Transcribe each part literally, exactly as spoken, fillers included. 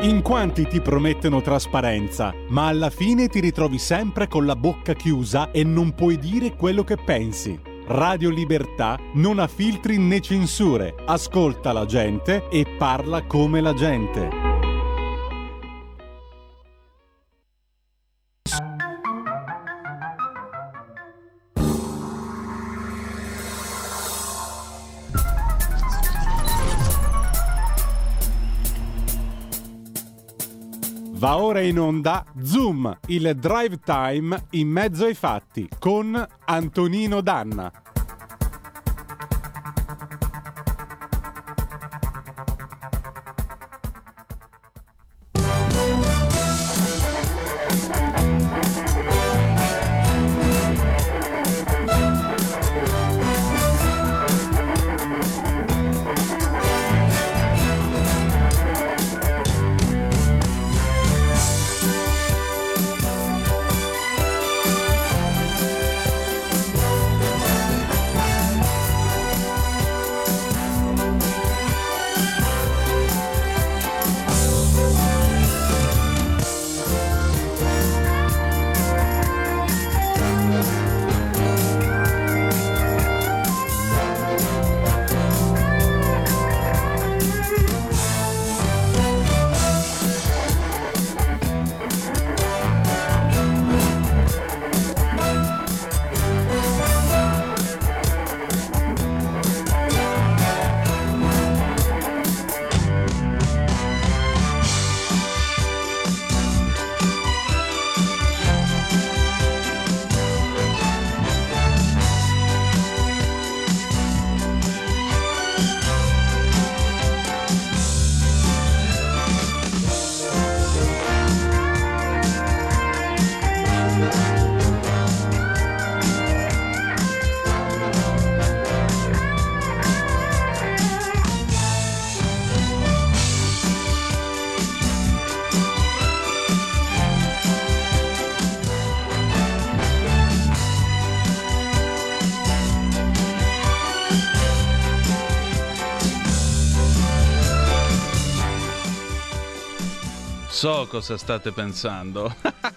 In quanti ti promettono trasparenza, ma alla fine ti ritrovi sempre con la bocca chiusa e non puoi dire quello che pensi. Radio Libertà non ha filtri né censure, ascolta la gente e parla come la gente. Va ora in onda Zoom, il drive time in mezzo ai fatti, con Antonino Danna. So cosa state pensando.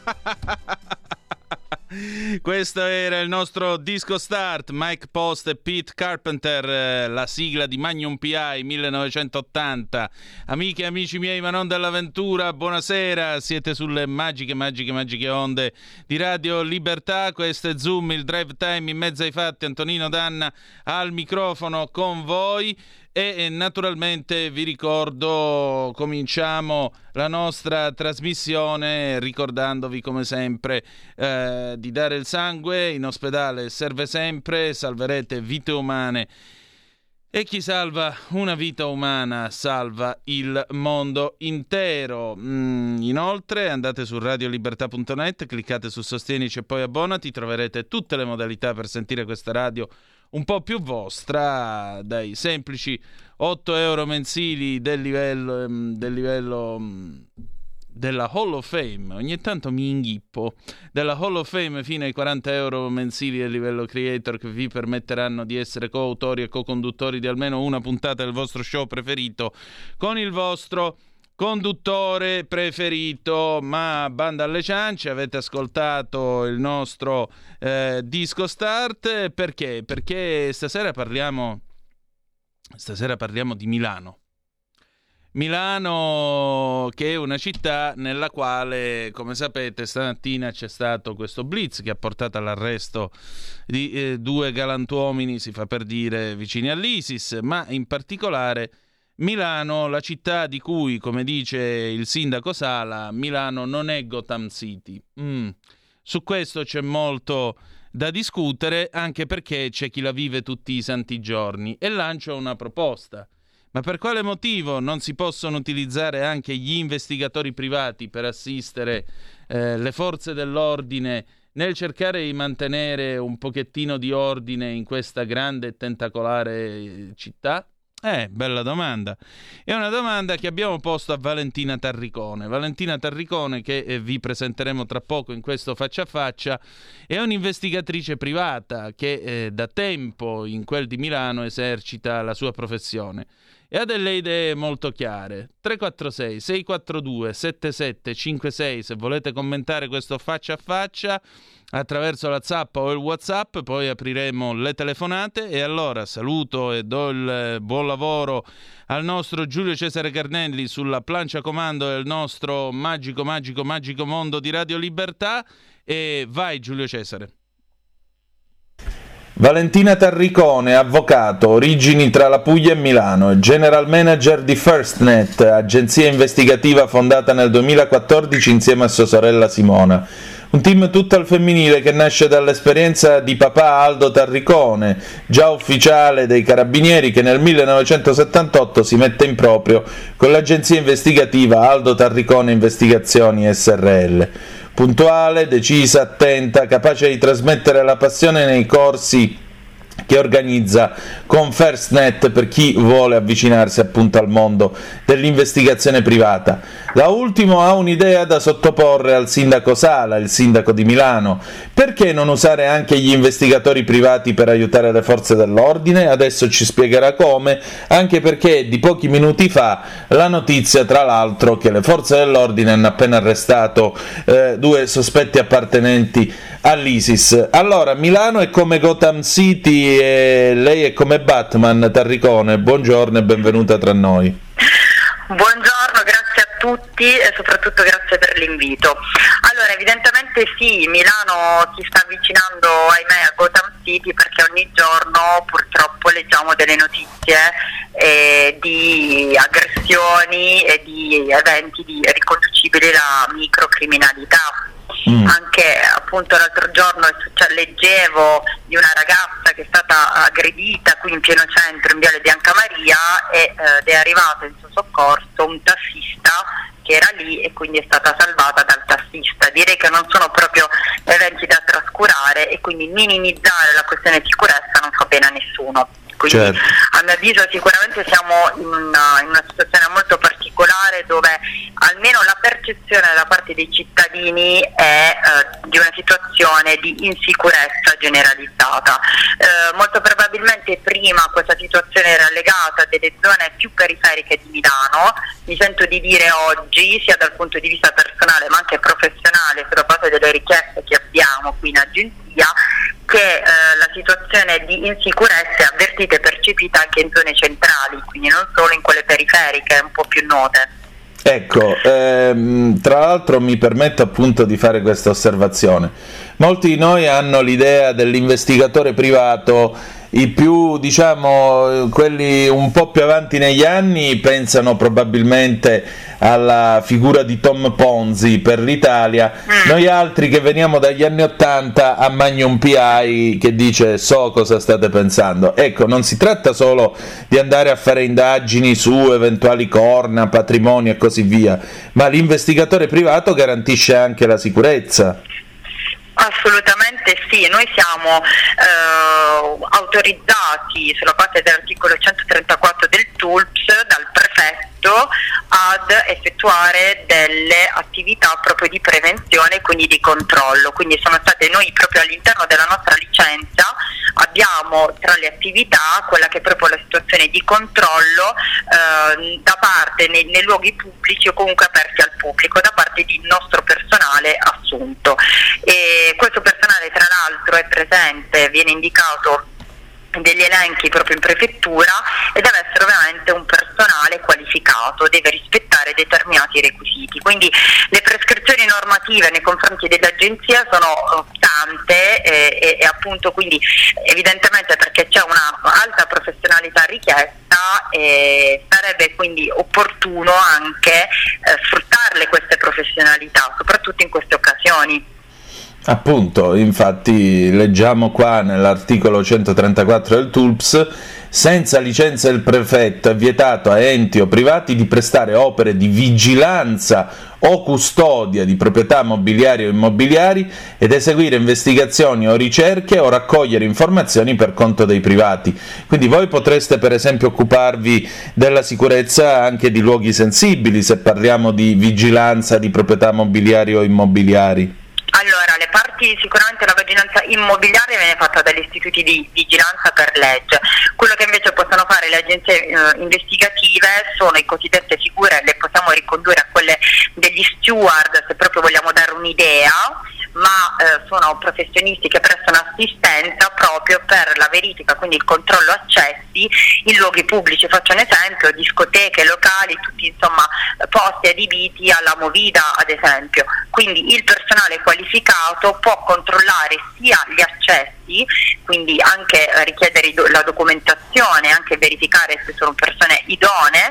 Questo era il nostro disco start, Mike Post e Pete Carpenter, la sigla di Magnum P I millenovecentottanta. Amiche e amici miei, ma non dell'avventura, buonasera, siete sulle magiche, magiche, magiche onde di Radio Libertà. Questo è Zoom, il drive time in mezzo ai fatti. Antonino Danna al microfono con voi. E naturalmente vi ricordo, cominciamo la nostra trasmissione ricordandovi come sempre eh, di dare il sangue, in ospedale serve sempre, salverete vite umane e chi salva una vita umana salva il mondo intero. Mm, inoltre andate su radio libertà punto net, cliccate su Sostienici e poi abbonati, troverete tutte le modalità per sentire questa radio un po' più vostra, dai semplici otto euro mensili del livello, del livello della Hall of Fame, ogni tanto mi inghippo, della Hall of Fame fino ai quaranta euro mensili del livello creator, che vi permetteranno di essere coautori e co-conduttori di almeno una puntata del vostro show preferito con il vostro conduttore preferito. Ma banda alle ciance, avete ascoltato il nostro eh, disco start. Perché? Perché stasera parliamo stasera parliamo di Milano. Milano, che è una città nella quale, come sapete, stamattina c'è stato questo blitz che ha portato all'arresto di eh, due galantuomini, si fa per dire, vicini all'ISIS, ma in particolare Milano, la città di cui, come dice il sindaco Sala, Milano non è Gotham City. Mm. Su questo c'è molto da discutere, anche perché c'è chi la vive tutti i santi giorni, e lancio una proposta. Ma per quale motivo non si possono utilizzare anche gli investigatori privati per assistere eh, le forze dell'ordine nel cercare di mantenere un pochettino di ordine in questa grande e tentacolare città? Eh, bella domanda. È una domanda che abbiamo posto a Valentina Tarricone. Valentina Tarricone, che eh, vi presenteremo tra poco in questo Faccia a Faccia, è un'investigatrice privata che eh, da tempo in quel di Milano esercita la sua professione. E e ha delle idee molto chiare. tre quattro sei sei quattro due sette sette cinque sei se volete commentare questo faccia a faccia attraverso la Zap o il WhatsApp, poi apriremo le telefonate. E allora saluto e do il buon lavoro al nostro Giulio Cesare Carnelli sulla plancia comando del nostro magico, magico, magico mondo di Radio Libertà. E vai Giulio Cesare. Valentina Tarricone, avvocato, origini tra la Puglia e Milano, general manager di FirstNet, agenzia investigativa fondata nel duemilaquattordici insieme a sua sorella Simona. Un team tutto al femminile che nasce dall'esperienza di papà Aldo Tarricone, già ufficiale dei Carabinieri, che nel millenovecentosettantotto si mette in proprio con l'agenzia investigativa Aldo Tarricone Investigazioni S R L. Puntuale, decisa, attenta, capace di trasmettere la passione nei corsi che organizza con FirstNet per chi vuole avvicinarsi appunto al mondo dell'investigazione privata. Da ultimo ha un'idea da sottoporre al sindaco Sala, il sindaco di Milano. Perché non usare anche gli investigatori privati per aiutare le forze dell'ordine? Adesso ci spiegherà come, anche perché di pochi minuti fa la notizia, tra l'altro, che le forze dell'ordine hanno appena arrestato eh, due sospetti appartenenti all'ISIS. Allora, Milano è come Gotham City e lei è come Batman. Tarricone, buongiorno e benvenuta tra noi. Buongiorno, grazie a tutti e soprattutto grazie per l'invito. Allora, evidentemente sì, Milano si sta avvicinando, ahimè, a Gotham City, perché ogni giorno purtroppo leggiamo delle notizie eh, di aggressioni e di eventi di, riconducibili alla microcriminalità. Mm. Anche appunto l'altro giorno cioè, leggevo di una ragazza che è stata aggredita qui in pieno centro in Viale Biancamaria e, eh, ed è arrivato in suo soccorso un tassista che era lì e quindi è stata salvata dal tassista. Direi che non sono proprio eventi da trascurare e quindi minimizzare la questione di sicurezza non fa bene a nessuno. Quindi certo. A mio avviso sicuramente siamo in una, in una situazione molto particolare dove almeno la percezione da parte dei cittadini è eh, di una situazione di insicurezza generalizzata. Eh, molto probabilmente prima questa situazione era legata a delle zone più periferiche di Milano. Mi sento di dire oggi, sia dal punto di vista personale ma anche professionale, sulla base delle richieste che abbiamo qui in agenzia, che eh, la situazione di insicurezza è avvertita e percepita anche in zone centrali, quindi non solo in quelle periferiche un po' più note. Ecco, ehm, tra l'altro mi permetto appunto di fare questa osservazione. Molti di noi hanno l'idea dell'investigatore privato, i più, diciamo, quelli un po' più avanti negli anni pensano probabilmente alla figura di Tom Ponzi per l'Italia, mm. noi altri che veniamo dagli anni Ottanta a Magnum P I che dice so cosa state pensando. Ecco, non si tratta solo di andare a fare indagini su eventuali corna, patrimoni e così via, ma l'investigatore privato garantisce anche la sicurezza. Assolutamente sì, noi siamo eh, autorizzati sulla base dell'articolo centotrentaquattro del T U L P S dal prefetto ad effettuare delle attività proprio di prevenzione, quindi di controllo. Quindi sono state noi proprio all'interno della nostra licenza abbiamo tra le attività quella che è proprio la situazione di controllo eh, da parte nei, nei luoghi pubblici o comunque aperti al pubblico da parte di nostro personale assunto. E questo personale tra l'altro è presente, viene indicato degli elenchi proprio in prefettura e deve essere ovviamente un personale qualificato, deve rispettare determinati requisiti. Quindi le prescrizioni normative nei confronti dell'agenzia sono tante e, e, e appunto quindi evidentemente perché c'è una alta professionalità richiesta e sarebbe quindi opportuno anche eh, sfruttarle queste professionalità, soprattutto in queste occasioni. Appunto, infatti leggiamo qua nell'articolo centotrentaquattro del T U L P S: senza licenza del prefetto è vietato a enti o privati di prestare opere di vigilanza o custodia di proprietà mobiliari o immobiliari ed eseguire investigazioni o ricerche o raccogliere informazioni per conto dei privati. Quindi voi potreste per esempio occuparvi della sicurezza anche di luoghi sensibili, se parliamo di vigilanza di proprietà mobiliari o immobiliari. Allora, le parti sicuramente solamente la vigilanza immobiliare viene fatta dagli istituti di vigilanza per legge. Quello che invece possono fare le agenzie eh, investigative sono i cosiddette figure, le possiamo ricondurre a quelle degli steward, se proprio vogliamo dare un'idea, ma eh, sono professionisti che prestano assistenza proprio per la verifica, quindi il controllo accessi in luoghi pubblici. Faccio un esempio: discoteche, locali, tutti insomma posti adibiti alla movida ad esempio. Quindi il personale qualificato può controllare sia gli accessi, quindi anche richiedere la documentazione, anche verificare se sono persone idonee,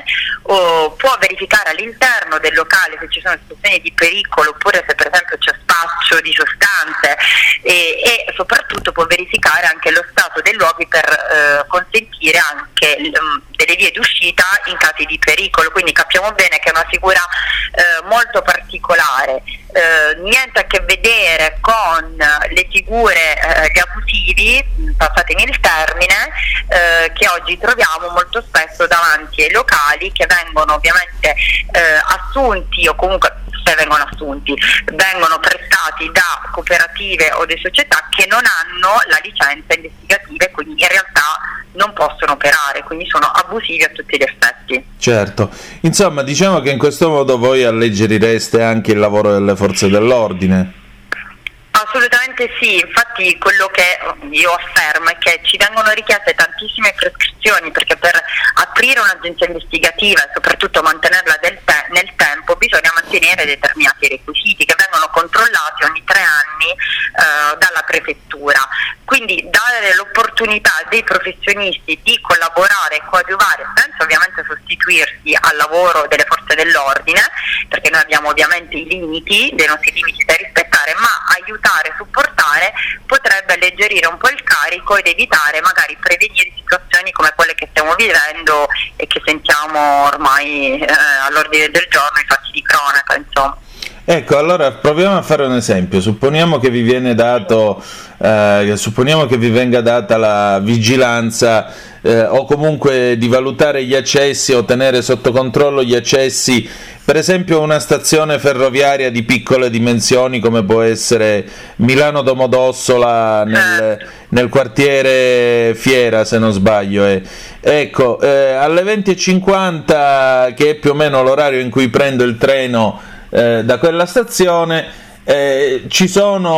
o può verificare all'interno del locale se ci sono situazioni di pericolo oppure se per esempio c'è spaccio di sostanze, e, e soprattutto può verificare anche lo stato dei luoghi per eh, consentire anche um, delle vie d'uscita in casi di pericolo. Quindi capiamo bene che è una figura eh, molto particolare, eh, niente a che vedere con le figure eh, gli abusivi, passatemi il termine, eh, che oggi troviamo molto spesso davanti ai locali, che vengono ovviamente eh, assunti o comunque se vengono assunti, vengono prestati da cooperative o da società che non hanno la licenza investigativa e quindi in realtà non possono operare, quindi sono abusivi a tutti gli effetti. Certo, insomma diciamo che in questo modo voi alleggerireste anche il lavoro delle forze dell'ordine. Assolutamente sì, infatti quello che io affermo è che ci vengono richieste tantissime prescrizioni, perché per aprire un'agenzia investigativa e soprattutto mantenerla del te- nel tempo bisogna mantenere determinati requisiti che vengono controllati ogni tre anni eh, dalla prefettura. Quindi dare l'opportunità dei professionisti di collaborare e coadiuvare senza ovviamente sostituirsi al lavoro delle forze dell'ordine, perché noi abbiamo ovviamente i limiti, dei nostri limiti da rispettare, ma aiutare, supportare potrebbe alleggerire un po' il carico ed evitare, magari prevenire situazioni come quelle che stiamo vivendo e che sentiamo ormai eh, all'ordine del giorno, i fatti di cronaca, insomma. Ecco, allora proviamo a fare un esempio. Supponiamo che vi viene dato, eh, supponiamo che vi venga data la vigilanza eh, o comunque di valutare gli accessi o tenere sotto controllo gli accessi, per esempio una stazione ferroviaria di piccole dimensioni come può essere Milano Domodossola nel, nel quartiere Fiera, se non sbaglio. Eh. Ecco, eh, alle venti e cinquanta, che è più o meno l'orario in cui prendo il treno Eh, da quella stazione, eh, ci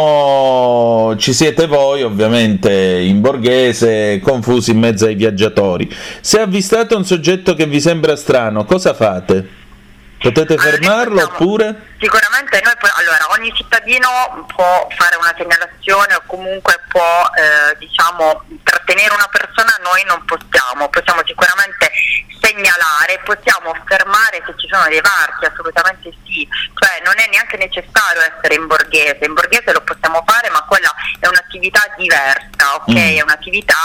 sono ci siete voi ovviamente in Borghese, confusi in mezzo ai viaggiatori. Se avvistate un soggetto che vi sembra strano, cosa fate? Potete fermarlo allora, oppure? Sicuramente noi poi, allora, ogni cittadino può fare una segnalazione o comunque può eh, diciamo trattenere una persona, noi non possiamo, possiamo sicuramente segnalare, possiamo fermare se ci sono dei varchi, assolutamente sì, cioè non è neanche necessario essere in Borghese, in Borghese lo possiamo fare, ma quella è un'attività diversa, ok? Mm. È un'attività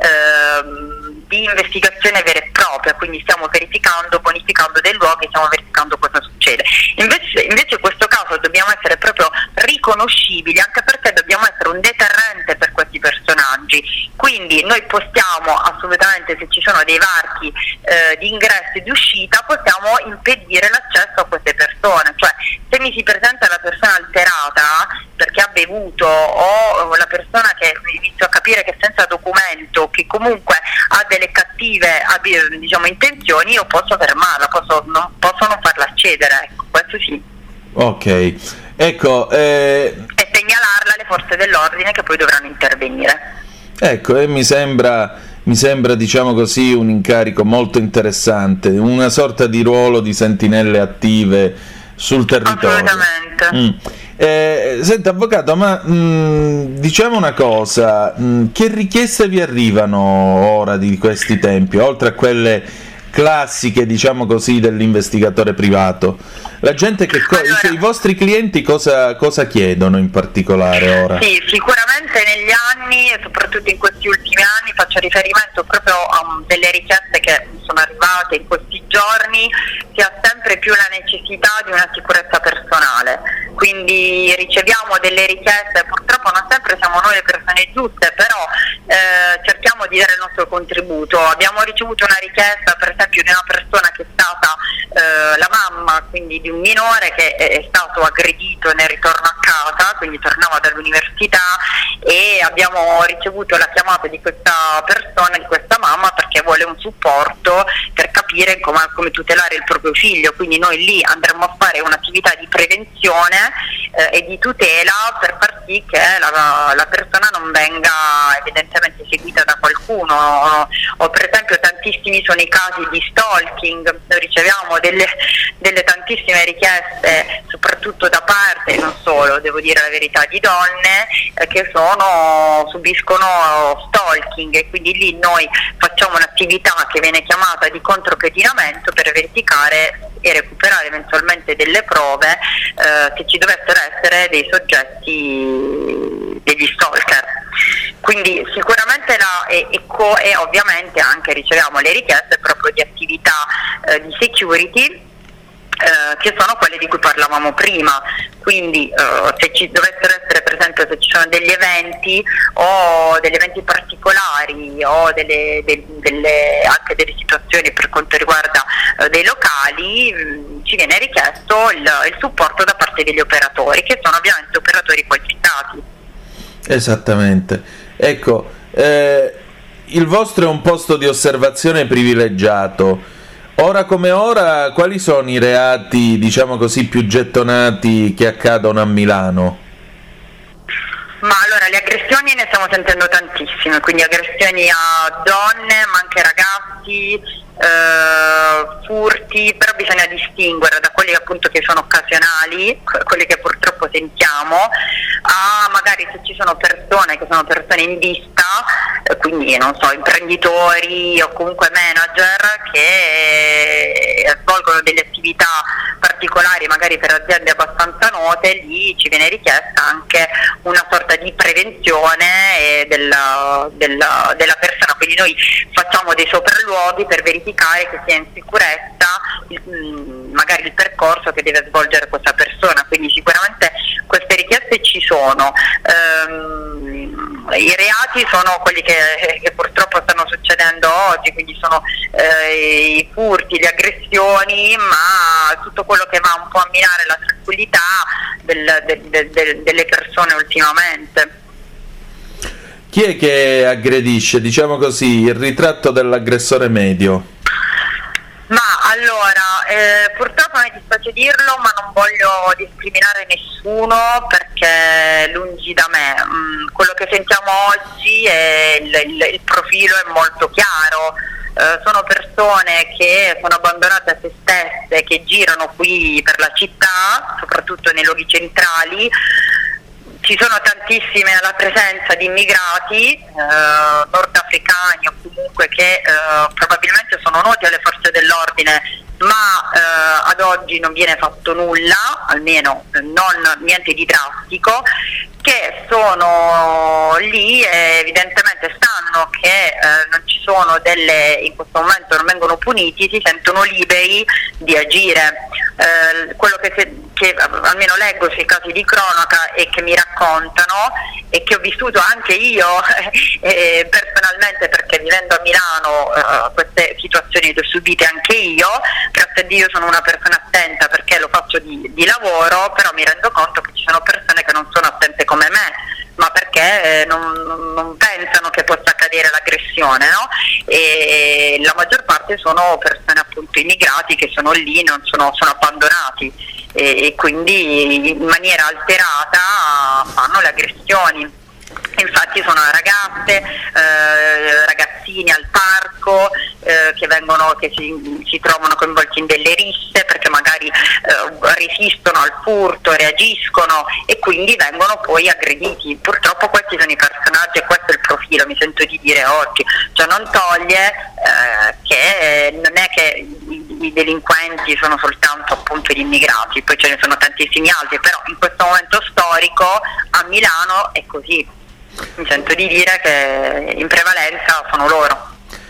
ehm, di investigazione vera e propria, quindi stiamo verificando, bonificando dei luoghi, stiamo verificando cosa succede. Invece, invece in questo caso dobbiamo essere proprio riconoscibili, anche perché dobbiamo essere un deterrente per questi personaggi, quindi noi possiamo assolutamente, se ci sono dei varchi eh, di ingresso e di uscita, possiamo impedire l'accesso a queste persone, cioè se mi si presenta la persona alterata perché ha bevuto o la persona che inizio a capire che senza documento, che comunque ha delle cattive diciamo intenzioni, io posso fermarla, posso non, posso non farla accedere, ecco, questo sì. Ok, ecco eh... e segnalarla alle forze dell'ordine che poi dovranno intervenire. Ecco, e mi sembra mi sembra diciamo così un incarico molto interessante, una sorta di ruolo di sentinelle attive sul territorio. Assolutamente. Mm. Eh, senta avvocato, ma mh, diciamo una cosa, mh, che richieste vi arrivano ora di questi tempi, oltre a quelle classiche diciamo così dell'investigatore privato? La gente che co- allora, i, i vostri clienti cosa, cosa chiedono in particolare ora? Sì, sicuramente negli anni e soprattutto in questi ultimi anni, faccio riferimento proprio a um, delle richieste che sono arrivate in questi giorni, si ha sempre più la necessità di una sicurezza personale, quindi riceviamo delle richieste, purtroppo non sempre siamo noi le persone giuste, però eh, cerchiamo di di dare il nostro contributo. Abbiamo ricevuto una richiesta per esempio di una persona che è stata eh, la mamma quindi di un minore che è, è stato aggredito nel ritorno a casa, quindi tornava dall'università, e abbiamo ricevuto la chiamata di questa persona, di questa mamma, perché vuole un supporto per capire come, come tutelare il proprio figlio. Quindi noi lì andremo a fare un'attività di prevenzione eh, e di tutela per far sì che la, la persona non venga evidentemente seguita da qualcuno. O, o per esempio tantissimi sono i casi di stalking, noi riceviamo delle, delle tantissime richieste soprattutto da parte, non solo, devo dire la verità, di donne eh, che sono, subiscono stalking, e quindi lì noi facciamo un'attività che viene chiamata di contropedinamento per verificare e recuperare eventualmente delle prove eh, che ci dovessero essere dei soggetti, degli stalker. Quindi sicuramente la, e, e, co, e ovviamente anche riceviamo le richieste proprio di attività eh, di security, Eh, che sono quelle di cui parlavamo prima. Quindi eh, se ci dovessero essere, per esempio, se ci sono degli eventi o degli eventi particolari o delle, de, delle, anche delle situazioni per quanto riguarda eh, dei locali, mh, ci viene richiesto il, il supporto da parte degli operatori, che sono ovviamente operatori qualificati. Esattamente. Ecco, eh, il vostro è un posto di osservazione privilegiato. Ora come ora, quali sono i reati, diciamo così, più gettonati che accadono a Milano? Ma allora, le aggressioni ne stiamo sentendo tantissime, quindi aggressioni a donne, ma anche ragazzi, eh, furti, però bisogna distinguere da quelli appunto che sono occasionali, quelli che purtroppo sentiamo, a magari se ci sono persone che sono persone in vista, eh, quindi non so, imprenditori o comunque manager che svolgono delle attività particolari magari per aziende abbastanza note. Lì ci viene richiesta anche una sorta di prevenzione della, della, della persona, quindi noi facciamo dei sopralluoghi per verificare che sia in sicurezza il, magari il percorso che deve svolgere questa persona. Quindi sicuramente queste richieste ci sono. Ehm, i reati sono quelli che, che purtroppo stanno succedendo oggi, quindi sono eh, i furti, le aggressioni, ma tutto quello che va un po' a minare la tranquillità del, del, del, del, delle persone ultimamente. Chi è che aggredisce, diciamo così, il ritratto dell'aggressore medio? Ma allora, eh, purtroppo mi dispiace dirlo, ma non voglio discriminare nessuno perché lungi da me. Mm, quello che sentiamo oggi è il, il, il profilo è molto chiaro. Eh, sono persone che sono abbandonate a se stesse, che girano qui per la città, soprattutto nei luoghi centrali. Ci sono tantissime alla presenza di immigrati eh, nordafricani o comunque che eh, probabilmente sono noti alle forze dell'ordine, ma eh, ad oggi non viene fatto nulla, almeno non niente di drastico, che sono lì e evidentemente sanno che eh, non ci sono delle, in questo momento non vengono puniti, si sentono liberi di agire. Eh, quello che, se, che almeno leggo sui casi di cronaca e che mi raccontano e che ho vissuto anche io eh, personalmente, perché vivendo a Milano eh, queste situazioni le ho subite anche io. Grazie a Dio sono una persona attenta perché lo faccio di, di lavoro, però mi rendo conto che ci sono persone che non sono attente come me, ma perché eh, non, non pensano che possa accadere l'aggressione, no? E la maggior parte sono persone appunto immigrati che sono lì, non sono, sono abbandonati e, e quindi in maniera alterata fanno le aggressioni. Infatti sono ragazze, eh, ragazzini al parco eh, che vengono, che si, si trovano coinvolti in delle risse perché magari eh, resistono al furto, reagiscono e quindi vengono poi aggrediti. Purtroppo questi sono i personaggi e questo è il profilo, mi sento di dire oggi. Cioè non toglie eh, che non è che i, i delinquenti sono soltanto appunto gli immigrati, poi ce ne sono tantissimi altri, però in questo momento storico a Milano è così. Mi sento di dire che in prevalenza sono loro.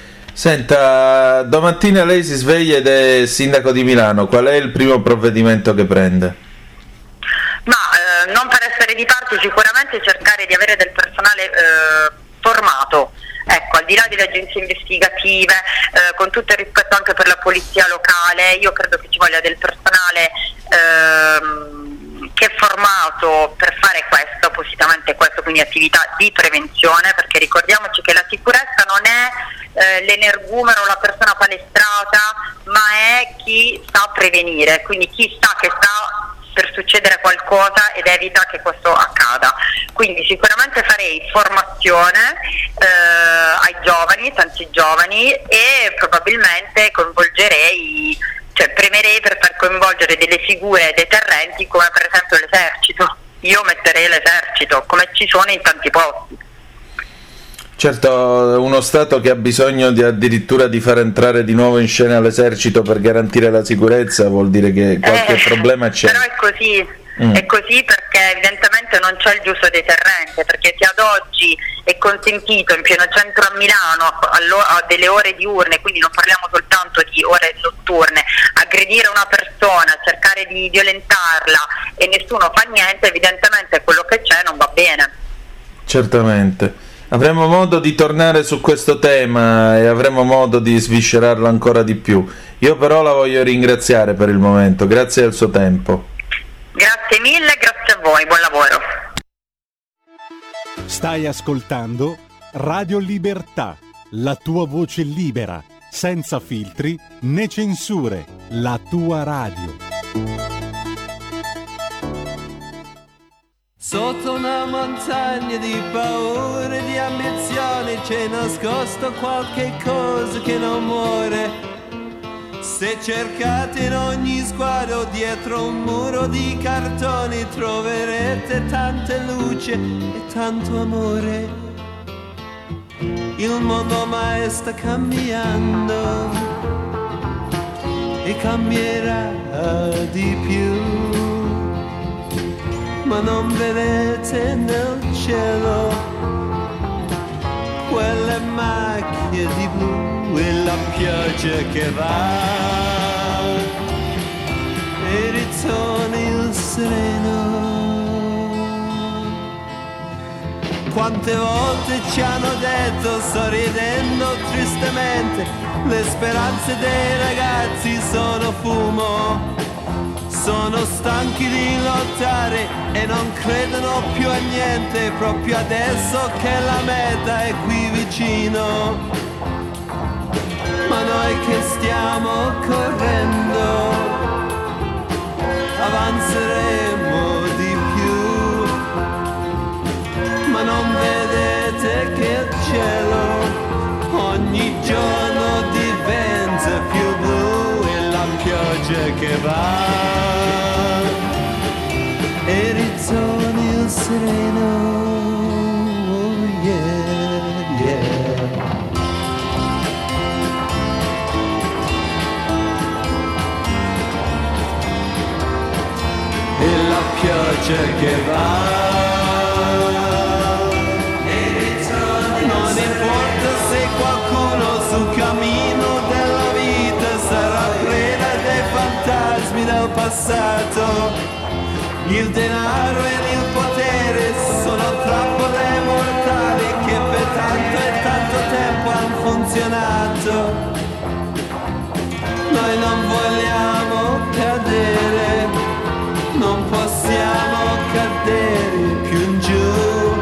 Senta, domattina lei si sveglia ed è sindaco di Milano, qual è il primo provvedimento che prende? Ma eh, non per essere di parte, sicuramente cercare di avere del personale eh, formato, ecco, al di là delle agenzie investigative, eh, con tutto il rispetto anche per la polizia locale, io credo che ci voglia del personale ehm, che è formato per fare questo, appositamente questo, quindi attività di prevenzione, perché ricordiamoci che la sicurezza non è eh, l'energumeno o la persona palestrata, ma è chi sa prevenire, quindi chi sa che sta per succedere qualcosa ed evita che questo accada. Quindi sicuramente farei formazione eh, ai giovani, tanti giovani, e probabilmente coinvolgerei, cioè premerei per far coinvolgere delle figure deterrenti come per esempio l'esercito. Io metterei l'esercito, come ci sono in tanti posti. Certo, uno Stato che ha bisogno di addirittura di far entrare di nuovo in scena l'esercito per garantire la sicurezza vuol dire che qualche eh, problema c'è. Però è così, mm. è così perché evidentemente non c'è il giusto deterrente, perché se ad oggi è consentito in pieno centro a Milano a delle ore diurne, quindi non parliamo soltanto di ore notturne, aggredire una persona, cercare di violentarla e nessuno fa niente, evidentemente quello che c'è non va bene. Certamente. Avremo modo di tornare su questo tema e avremo modo di sviscerarlo ancora di più. Io però la voglio ringraziare per il momento, grazie al suo tempo. Grazie mille, grazie a voi, buon lavoro. Stai ascoltando Radio Libertà, la tua voce libera, senza filtri né censure, la tua radio. Sotto una montagna di paure e di ambizioni c'è nascosto qualche cosa che non muore. Se cercate in ogni sguardo dietro un muro di cartoni troverete tanta luce e tanto amore. Il mondo mai sta cambiando e cambierà di più. Ma non vedete nel cielo quelle macchie di blu e la pioggia che va e ritorna il sereno. Quante volte ci hanno detto, sorridendo tristemente, le speranze dei ragazzi sono fumo. Sono stanchi di lottare e non credono più a niente, proprio adesso che la meta è qui vicino. Ma noi che stiamo correndo avanzeremo di più. Ma non vedete che il cielo ogni giorno diventa più blu e la pioggia che va e ritorna il sereno, oh yeah, yeah. E la pioggia che va e ritorna. Non importa se qualcuno sul cammino della vita sarà preda dei fantasmi del passato. Il denaro e il potere sono trappole mortali che per tanto e tanto tempo hanno funzionato. Noi non vogliamo cadere, non possiamo cadere più in giù.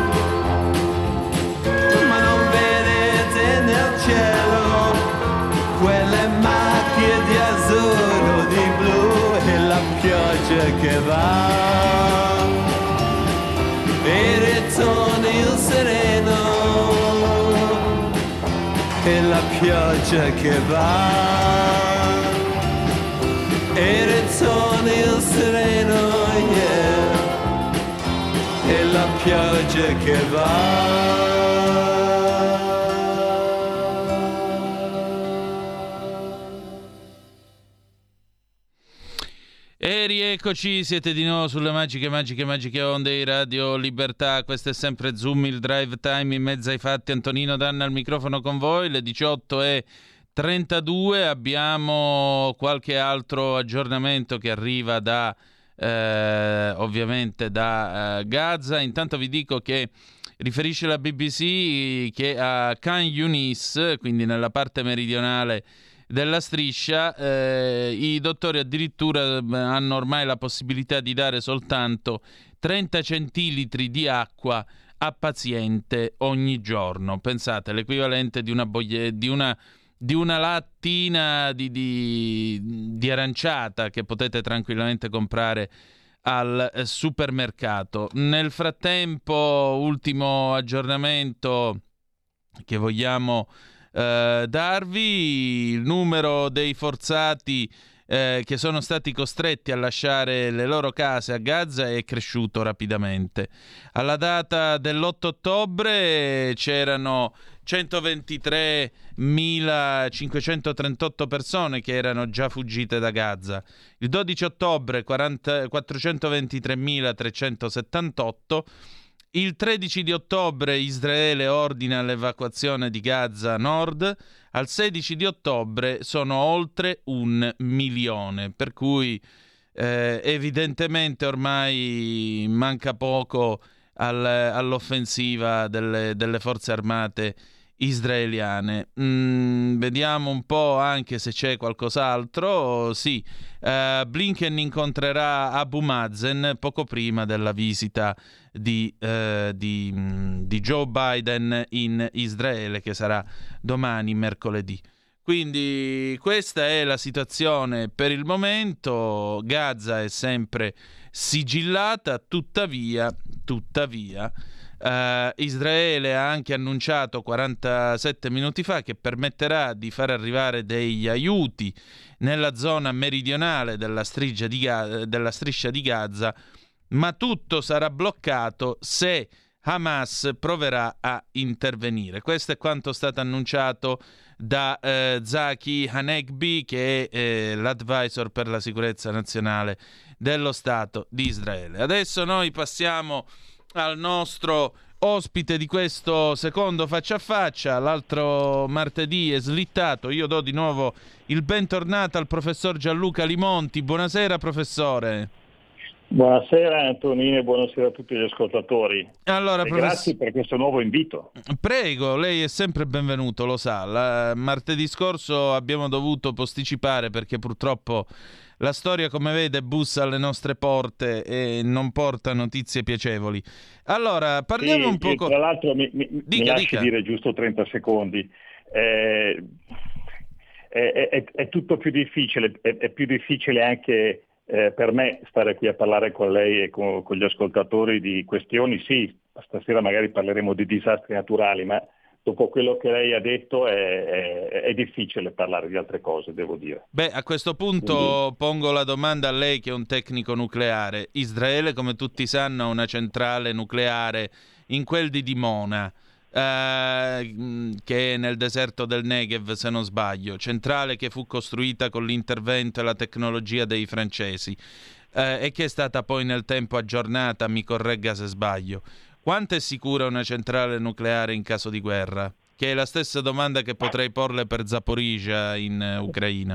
Ma non vedete nel cielo quelle macchie di azzurro, di blu e la pioggia che va e ritorna il sereno e la pioggia che va e ritorna il sereno, yeah, e la pioggia che va. E rieccoci, siete di nuovo sulle magiche, magiche, magiche onde di Radio Libertà. Questo è sempre Zoom, il drive time in mezzo ai fatti. Antonino Danna al microfono con voi, le diciotto e trentadue. Abbiamo qualche altro aggiornamento che arriva da, eh, ovviamente da eh, Gaza. Intanto vi dico che Riferisce la B B C che a Khan Yunis, quindi nella parte meridionale della striscia, eh, i dottori addirittura hanno ormai la possibilità di dare soltanto trenta centilitri di acqua a paziente ogni giorno. Pensate, l'equivalente di una, boglie, di una, di una lattina di, di, di aranciata che potete tranquillamente comprare al supermercato. Nel frattempo, ultimo aggiornamento che vogliamo eh, darvi: il numero dei forzati eh, che sono stati costretti a lasciare le loro case a Gaza è cresciuto rapidamente. Alla data dell'otto ottobre c'erano centoventitremilacinquecentotrentotto persone che erano già fuggite da Gaza. Il dodici ottobre quattrocentoventitremilatrecentosettantotto. Il tredici di ottobre Israele ordina l'evacuazione di Gaza Nord. Al sedici di ottobre sono oltre un milione, per cui eh, evidentemente ormai manca poco al, all'offensiva delle, delle forze armate israeliane. Mm, vediamo un po' anche se c'è qualcos'altro. Sì, uh, Blinken incontrerà Abu Mazen poco prima della visita di, uh, di, di Joe Biden in Israele, che sarà domani, mercoledì. Quindi questa è la situazione per il momento. Gaza è sempre sigillata, tuttavia, tuttavia Uh, Israele ha anche annunciato quarantasette minuti fa che permetterà di far arrivare degli aiuti nella zona meridionale della, di Ga- della striscia di Gaza, ma tutto sarà bloccato se Hamas proverà a intervenire. Questo è quanto è stato annunciato da eh, Zaki Hanegbi, che è eh, l'advisor per la sicurezza nazionale dello Stato di Israele. Adesso noi passiamo al nostro ospite di questo secondo Faccia a Faccia. L'altro martedì è slittato. Io do di nuovo il bentornato al professor Gianluca Limonti. Buonasera professore. Buonasera Antonino e buonasera a tutti gli ascoltatori. Allora, e profess... grazie per questo nuovo invito. Prego, lei è sempre benvenuto, lo sa. La... Martedì scorso abbiamo dovuto posticipare perché purtroppo la storia, come vede, bussa alle nostre porte e non porta notizie piacevoli. Allora, parliamo sì, un po'... Tra l'altro mi, mi, dica, mi lasci dica. dire giusto trenta secondi. Eh, è, è, è tutto più difficile, è, è più difficile anche eh, per me stare qui a parlare con lei e con, con gli ascoltatori di questioni. Sì, stasera magari parleremo di disastri naturali, ma dopo quello che lei ha detto è, è, è difficile parlare di altre cose, devo dire. Beh, a questo punto Quindi... pongo la domanda a lei che è un tecnico nucleare. Israele, come tutti sanno, ha una centrale nucleare in quel di Dimona, eh, che è nel deserto del Negev, se non sbaglio. Centrale che fu costruita con l'intervento e la tecnologia dei francesi eh, e che è stata poi nel tempo aggiornata, mi corregga se sbaglio. Quanto è sicura una centrale nucleare in caso di guerra? Che è la stessa domanda che potrei porle per Zaporizhzhia in uh, Ucraina.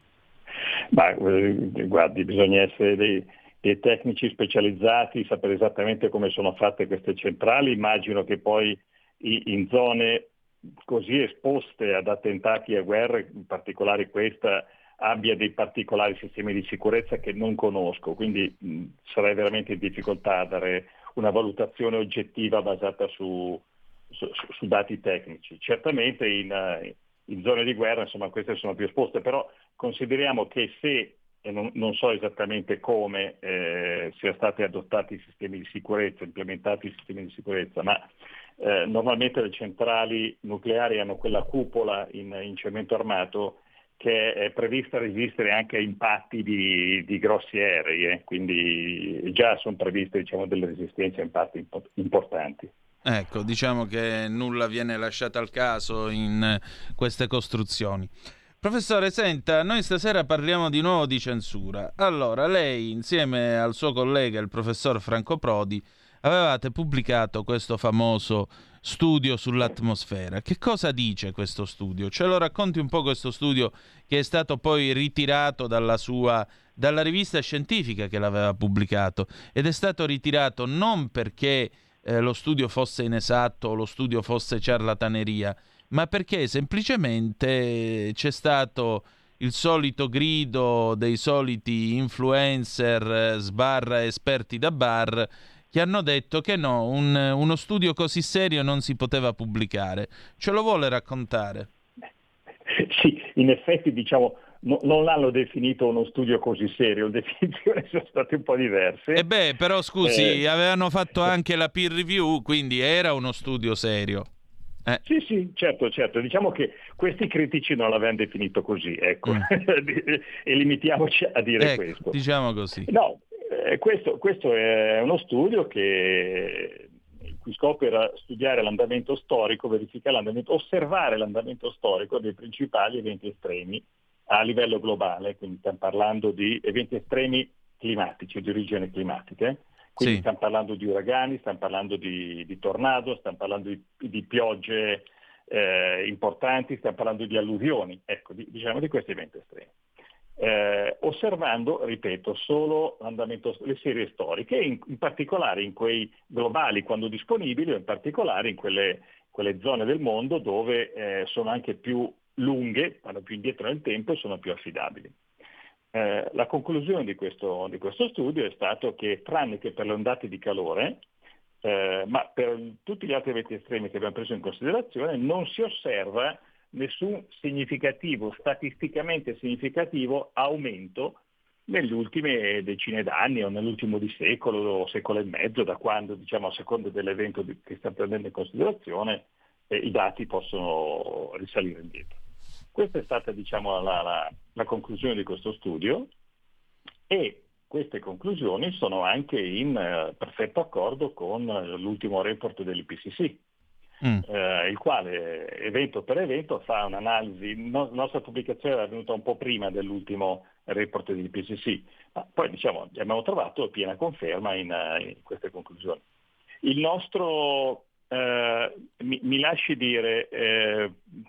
Ma eh, guardi, bisogna essere dei, dei tecnici specializzati, sapere esattamente come sono fatte queste centrali. Immagino che poi i, in zone così esposte ad attentati e a guerre, in particolare questa, abbia dei particolari sistemi di sicurezza che non conosco, quindi mh, sarei veramente in difficoltà a dare una valutazione oggettiva basata su, su, su dati tecnici. Certamente in, in zone di guerra, insomma, queste sono più esposte, però consideriamo che se, e non, non so esattamente come, eh, siano stati adottati i sistemi di sicurezza, implementati i sistemi di sicurezza, ma eh, normalmente le centrali nucleari hanno quella cupola in, in cemento armato che è prevista a resistere anche a impatti di, di grossi aerei, eh? Quindi già sono previste, diciamo, delle resistenze a impatti importanti. Ecco, diciamo che nulla viene lasciato al caso in queste costruzioni. Professore, senta, noi stasera parliamo di nuovo di censura. Allora, lei insieme al suo collega, il professor Franco Prodi, avevate pubblicato questo famoso studio sull'atmosfera. Che cosa dice questo studio? Ce lo racconti un po' questo studio che è stato poi ritirato dalla sua dalla rivista scientifica che l'aveva pubblicato, ed è stato ritirato non perché eh, lo studio fosse inesatto o lo studio fosse ciarlataneria, ma perché semplicemente c'è stato il solito grido dei soliti influencer sbarra esperti da bar che hanno detto che no, un, uno studio così serio non si poteva pubblicare. Ce lo vuole raccontare? Sì, in effetti diciamo no, non l'hanno definito uno studio così serio, le definizioni sono state un po' diverse. E beh, però scusi, eh, avevano fatto anche la peer review, quindi era uno studio serio. Eh. Sì, sì, certo, certo. Diciamo che questi critici non l'avevano definito così, ecco, mm. e limitiamoci a dire ecco, questo. Diciamo così. No, eh, questo, questo è uno studio che il cui scopo era studiare l'andamento storico, verificare l'andamento, osservare l'andamento storico dei principali eventi estremi a livello globale, quindi stiamo parlando di eventi estremi climatici, di origine climatica. Eh? Quindi sì. stiamo parlando di uragani, stiamo parlando di, di tornado, stiamo parlando di, di piogge eh, importanti, stiamo parlando di alluvioni, ecco, di, diciamo di questi eventi estremi. Eh, osservando, ripeto, solo l'andamento, le serie storiche, in, in particolare in quei globali quando disponibili, o in particolare in quelle, quelle zone del mondo dove eh, sono anche più lunghe, vanno più indietro nel tempo e sono più affidabili. Eh, la conclusione di questo, di questo studio è stato che, tranne che per le ondate di calore, eh, ma per tutti gli altri eventi estremi che abbiamo preso in considerazione, non si osserva nessun significativo, statisticamente significativo aumento negli ultimi decine d'anni o nell'ultimo di secolo o secolo e mezzo, da quando, diciamo, a seconda dell'evento che stiamo prendendo in considerazione, eh, i dati possono risalire indietro. Questa è stata, diciamo, la, la, la conclusione di questo studio, e queste conclusioni sono anche in eh, perfetto accordo con l'ultimo report dell'I P C C, mm. eh, il quale evento per evento fa un'analisi. No, la nostra pubblicazione era venuta un po' prima dell'ultimo report dell'I P C C, ma poi diciamo abbiamo trovato piena conferma in, in queste conclusioni. Il nostro, eh, mi, mi lasci dire, eh,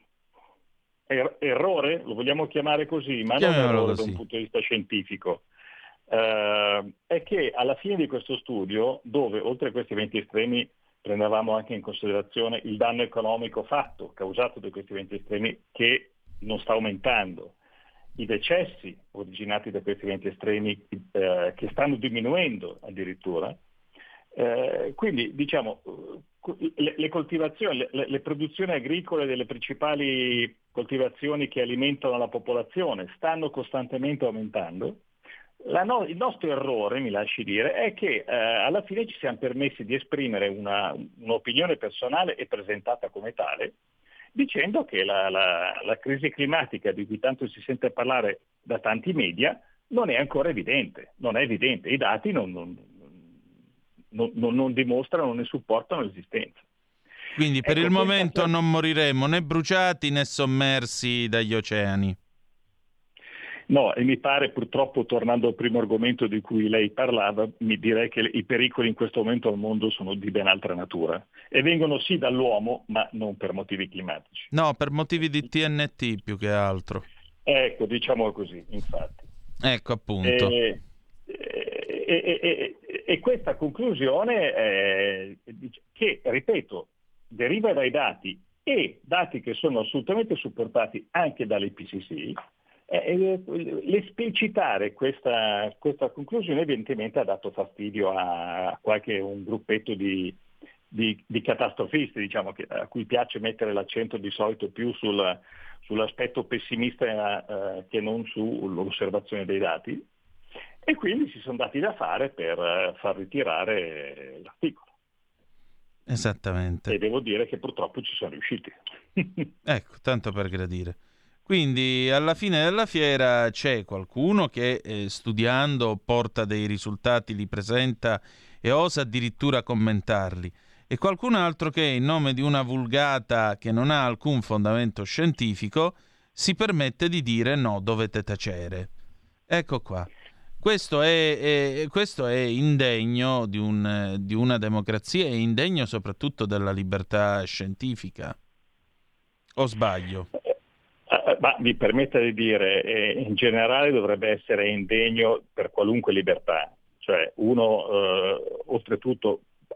Er- errore, lo vogliamo chiamare così, ma non errore così da un punto di vista scientifico, eh, è che alla fine di questo studio, dove oltre a questi eventi estremi prendevamo anche in considerazione il danno economico fatto, causato da questi eventi estremi, che non sta aumentando, i decessi originati da questi eventi estremi eh, che stanno diminuendo addirittura, eh, quindi diciamo le, le coltivazioni, le, le produzioni agricole delle principali coltivazioni che alimentano la popolazione stanno costantemente aumentando. La no, il nostro errore, mi lasci dire, è che eh, alla fine ci siamo permessi di esprimere una, un'opinione personale e presentata come tale, dicendo che la, la, la crisi climatica di cui tanto si sente parlare da tanti media non è ancora evidente, non è evidente, i dati non, non, non, non, non dimostrano, ne supportano l'esistenza. Quindi per ecco, il momento questa... non moriremo né bruciati né sommersi dagli oceani. No, e mi pare, purtroppo, tornando al primo argomento di cui lei parlava, mi direi che i pericoli in questo momento al mondo sono di ben altra natura e vengono sì dall'uomo, ma non per motivi climatici. No, per motivi di T N T più che altro. Ecco, diciamo così, infatti. Ecco, appunto. E, e, e, e, e questa conclusione è, che, ripeto, deriva dai dati, e dati che sono assolutamente supportati anche dall'I P C C. Eh, l'esplicitare questa, questa conclusione evidentemente ha dato fastidio a qualche un gruppetto di, di, di catastrofisti, diciamo, che, a cui piace mettere l'accento di solito più sul, sull'aspetto pessimista eh, che non sull'osservazione dei dati, e quindi si sono dati da fare per eh, far ritirare l'articolo. Esattamente. E devo dire che purtroppo ci sono riusciti. Ecco, tanto per gradire. Quindi alla fine della fiera c'è qualcuno che eh, studiando porta dei risultati, li presenta e osa addirittura commentarli, e qualcun altro che in nome di una vulgata che non ha alcun fondamento scientifico si permette di dire no, dovete tacere. Ecco qua. Questo è, è, questo è indegno di, un, di una democrazia e indegno soprattutto della libertà scientifica. O sbaglio? Uh, ma mi permetta di dire, eh, in generale dovrebbe essere indegno per qualunque libertà, cioè uno, eh, oltretutto,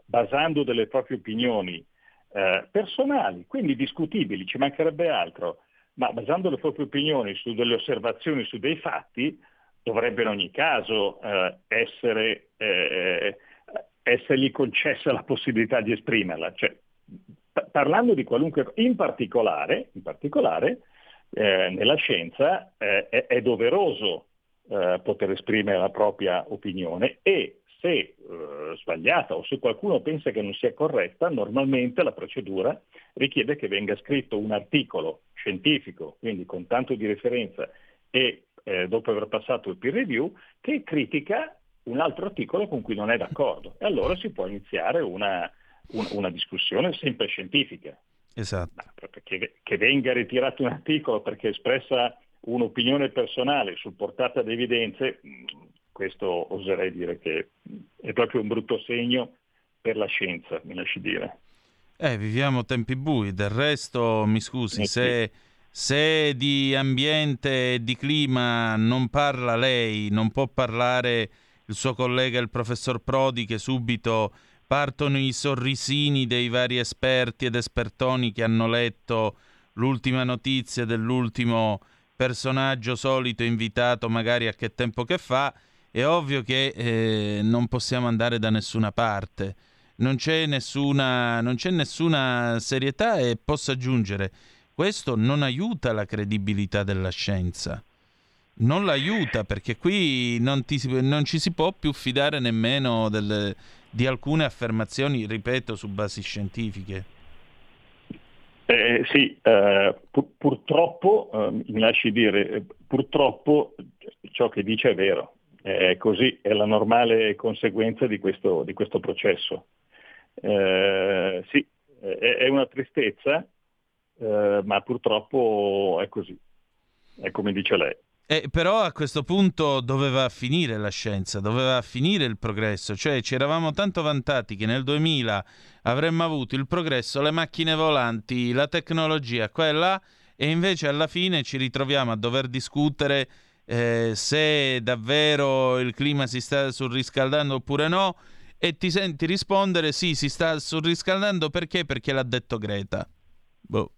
basando delle proprie opinioni eh, personali, quindi discutibili, ci mancherebbe altro, ma basando le proprie opinioni su delle osservazioni, su dei fatti, dovrebbe in ogni caso eh, essere, eh, essergli concessa la possibilità di esprimerla. Cioè, p- parlando di qualunque, in particolare, in particolare eh, nella scienza eh, è, è doveroso eh, poter esprimere la propria opinione, e se eh, sbagliata o se qualcuno pensa che non sia corretta, normalmente la procedura richiede che venga scritto un articolo scientifico, quindi con tanto di referenza e eh, dopo aver passato il peer review, che critica un altro articolo con cui non è d'accordo. E allora si può iniziare una, una, una discussione sempre scientifica. Esatto. Ma perché, che venga ritirato un articolo perché espressa un'opinione personale supportata da evidenze, questo oserei dire che è proprio un brutto segno per la scienza, mi lasci dire. Eh, viviamo tempi bui, del resto, mi scusi, se, se di ambiente e di clima non parla lei, non può parlare il suo collega, il professor Prodi, che subito partono i sorrisini dei vari esperti ed espertoni che hanno letto l'ultima notizia dell'ultimo personaggio solito invitato magari a Che tempo che fa. È ovvio che eh, non possiamo andare da nessuna parte, non c'è nessuna, non c'è nessuna serietà, e posso aggiungere, questo non aiuta la credibilità della scienza, non l'aiuta, perché qui non, ti, non ci si può più fidare nemmeno delle, di alcune affermazioni, ripeto, su basi scientifiche. Eh, sì, eh, pur, purtroppo, eh, mi lasci dire, purtroppo ciò che dice è vero. È così, è la normale conseguenza di questo, di questo processo. Eh, sì, è, è una tristezza, eh, ma purtroppo è così, è come dice lei. Eh, però a questo punto doveva finire la scienza, doveva finire il progresso, cioè ci eravamo tanto vantati che nel duemila avremmo avuto il progresso, le macchine volanti, la tecnologia, quella, e invece alla fine ci ritroviamo a dover discutere Eh, se davvero il clima si sta surriscaldando oppure no, e ti senti rispondere sì, si sta surriscaldando perché? Perché l'ha detto Greta. Boh.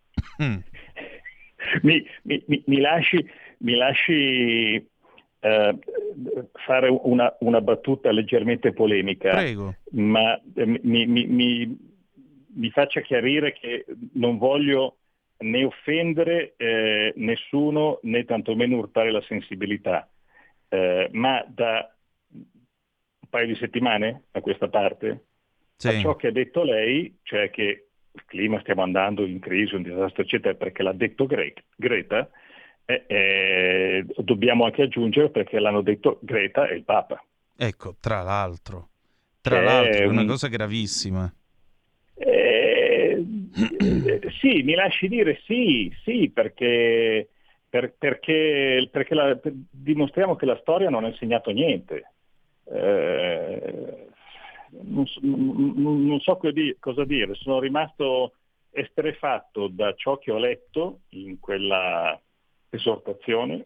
mi, mi, mi, mi lasci, mi lasci eh, fare una, una battuta leggermente polemica. Prego. Ma eh, mi, mi, mi, mi faccia chiarire che non voglio né offendere eh, nessuno, né tantomeno urtare la sensibilità, eh, ma da un paio di settimane a questa parte, sì, a ciò che ha detto lei, cioè che il clima stiamo andando in crisi, un disastro eccetera, perché l'ha detto Gre- Greta, eh, eh, dobbiamo anche aggiungere perché l'hanno detto Greta e il Papa. Ecco, tra l'altro, tra C'è l'altro, è una un... cosa gravissima. Eh, sì, mi lasci dire sì, sì, perché, per, perché, perché la, per, dimostriamo che la storia non ha insegnato niente. Eh, non, so, non, non so cosa dire, sono rimasto esterrefatto da ciò che ho letto in quella esortazione,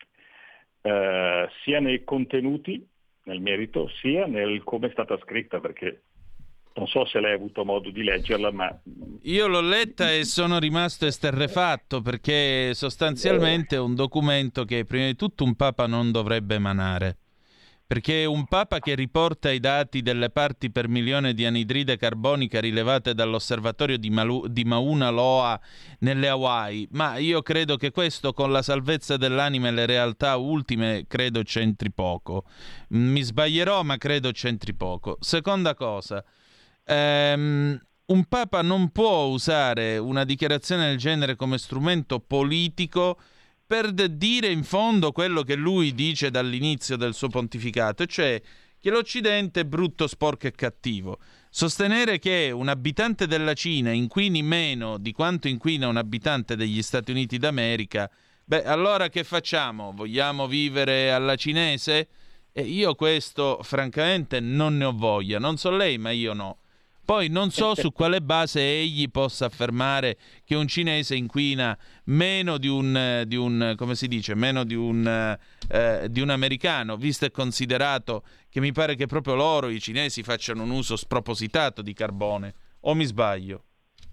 eh, sia nei contenuti, nel merito, sia nel come è stata scritta, perché non so se lei ha avuto modo di leggerla, ma... Io l'ho letta e sono rimasto esterrefatto, perché sostanzialmente è un documento che prima di tutto un Papa non dovrebbe emanare. Perché un Papa che riporta i dati delle parti per milione di anidride carbonica rilevate dall'osservatorio di, Malu- di Mauna Loa nelle Hawaii, ma io credo che questo con la salvezza dell'anima e le realtà ultime credo c'entri poco. Mi sbaglierò, ma credo c'entri poco. Seconda cosa, ehm, un Papa non può usare una dichiarazione del genere come strumento politico per dire in fondo quello che lui dice dall'inizio del suo pontificato, cioè che l'Occidente è brutto, sporco e cattivo. Sostenere che un abitante della Cina inquini meno di quanto inquina un abitante degli Stati Uniti d'America, beh, allora che facciamo? Vogliamo vivere alla cinese? E io questo, francamente, non ne ho voglia. Non so lei, ma io no. Poi non so su quale base egli possa affermare che un cinese inquina meno di un, di un come si dice, meno di un, eh, di un americano, visto e considerato che mi pare che proprio loro, i cinesi, facciano un uso spropositato di carbone. O mi sbaglio?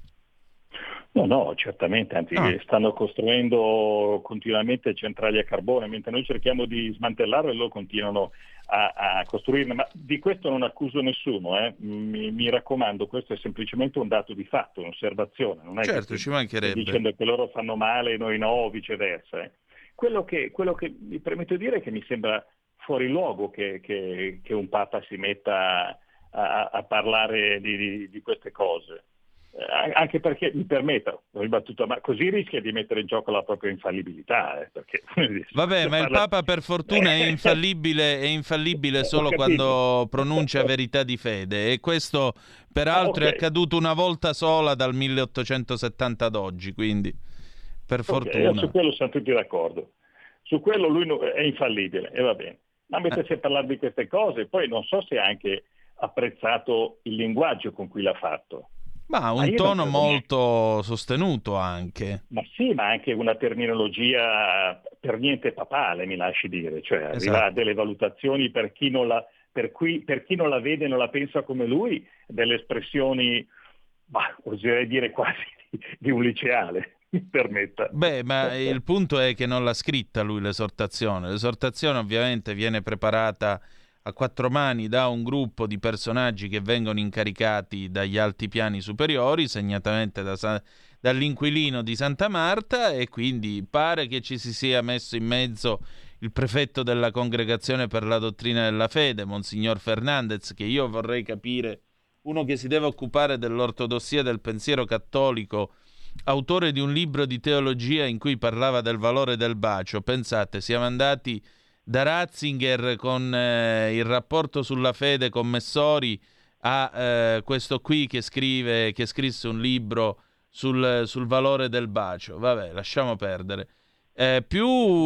No, no, certamente, anzi Ah. stanno costruendo continuamente centrali a carbone, mentre noi cerchiamo di smantellarle, loro continuano a, a costruirne, ma di questo non accuso nessuno, eh. mi, mi raccomando, questo è semplicemente un dato di fatto, un'osservazione, non è Certo, che ci mancherebbe. dicendo che loro fanno male e noi no, o viceversa. Eh. Quello, che, quello che mi permetto di dire è che mi sembra fuori luogo che, che, che un Papa si metta a, a parlare di, di, di queste cose. Eh, anche perché, mi permetta, ho ribattuto, ma così rischia di mettere in gioco la propria infallibilità. Eh, perché, Vabbè, ma il parla... Papa per fortuna è infallibile, è infallibile solo quando pronuncia verità di fede, e questo peraltro ah, okay. è accaduto una volta sola dal milleottocentosettanta ad oggi, quindi per fortuna. Okay, su quello siamo tutti d'accordo. Su quello lui è infallibile, e va bene. Ma mettersi a parlare di queste cose, poi non so se ha anche apprezzato il linguaggio con cui l'ha fatto. Ma un tono molto sostenuto anche. Ma sì, ma anche una terminologia per niente papale, mi lasci dire. Cioè arriva Esatto. a delle valutazioni per chi non la, per cui, per chi non la vede e non la pensa come lui, delle espressioni, ma oserei dire quasi di, di un liceale, mi permetta. Beh, ma il punto è che non l'ha scritta lui l'esortazione. L'esortazione ovviamente viene preparata a quattro mani da un gruppo di personaggi che vengono incaricati dagli alti piani superiori, segnatamente da Sa- dall'inquilino di Santa Marta, e quindi pare che ci si sia messo in mezzo il prefetto della Congregazione per la Dottrina della Fede, Monsignor Fernandez, che io vorrei capire, uno che si deve occupare dell'ortodossia del pensiero cattolico, autore di un libro di teologia in cui parlava del valore del bacio. Pensate, siamo andati da Ratzinger con eh, il rapporto sulla fede con Messori a eh, questo qui che scrive, che scrisse un libro sul, sul valore del bacio. Vabbè, lasciamo perdere. Eh, più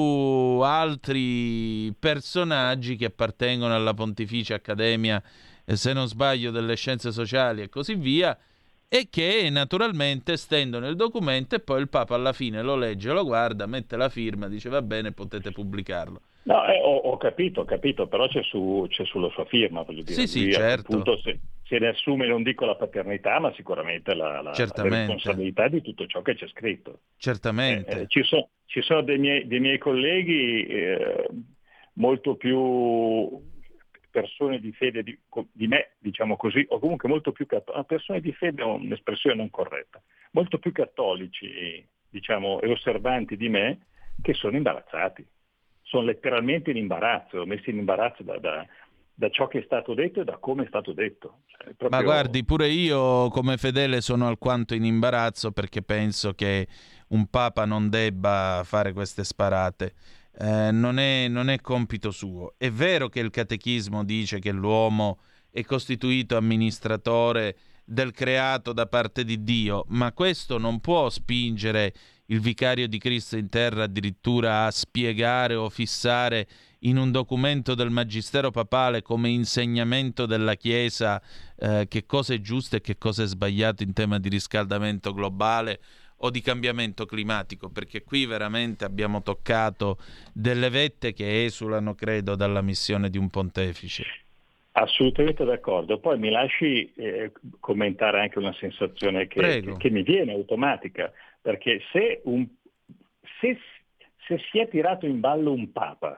altri personaggi che appartengono alla Pontificia Accademia, eh, se non sbaglio, delle Scienze Sociali e così via, e che naturalmente stendono il documento, e poi il Papa alla fine lo legge, lo guarda, mette la firma, dice va bene, potete pubblicarlo. No, eh, ho, ho capito, ho capito, però c'è, su, c'è sulla sua firma, voglio dire. Sì, sì, lui, certo. Appunto, se, se ne assume, non dico la paternità, ma sicuramente la, la, la responsabilità di tutto ciò che c'è scritto. Certamente. Eh, eh, ci, so, ci sono dei miei, dei miei colleghi eh, molto più persone di fede di, di me, diciamo così, o comunque molto più cattolici, persone di fede è un'espressione non corretta, molto più cattolici, diciamo, e osservanti di me, che sono imbarazzati. Sono letteralmente in imbarazzo, messi in imbarazzo da, da, da ciò che è stato detto e da come è stato detto. Cioè, proprio... Ma guardi, pure io come fedele sono alquanto in imbarazzo, perché penso che un Papa non debba fare queste sparate. Eh, non è, non è compito suo. È vero che il catechismo dice che l'uomo è costituito amministratore del creato da parte di Dio, ma questo non può spingere il vicario di Cristo in terra addirittura a spiegare o fissare in un documento del magistero papale come insegnamento della Chiesa eh, che cosa è giusto e che cosa è sbagliato in tema di riscaldamento globale o di cambiamento climatico, perché qui veramente abbiamo toccato delle vette che esulano, credo, dalla missione di un pontefice. Assolutamente d'accordo. Poi mi lasci eh, commentare anche una sensazione che, che, che mi viene automatica, perché se, un, se, se si è tirato in ballo un Papa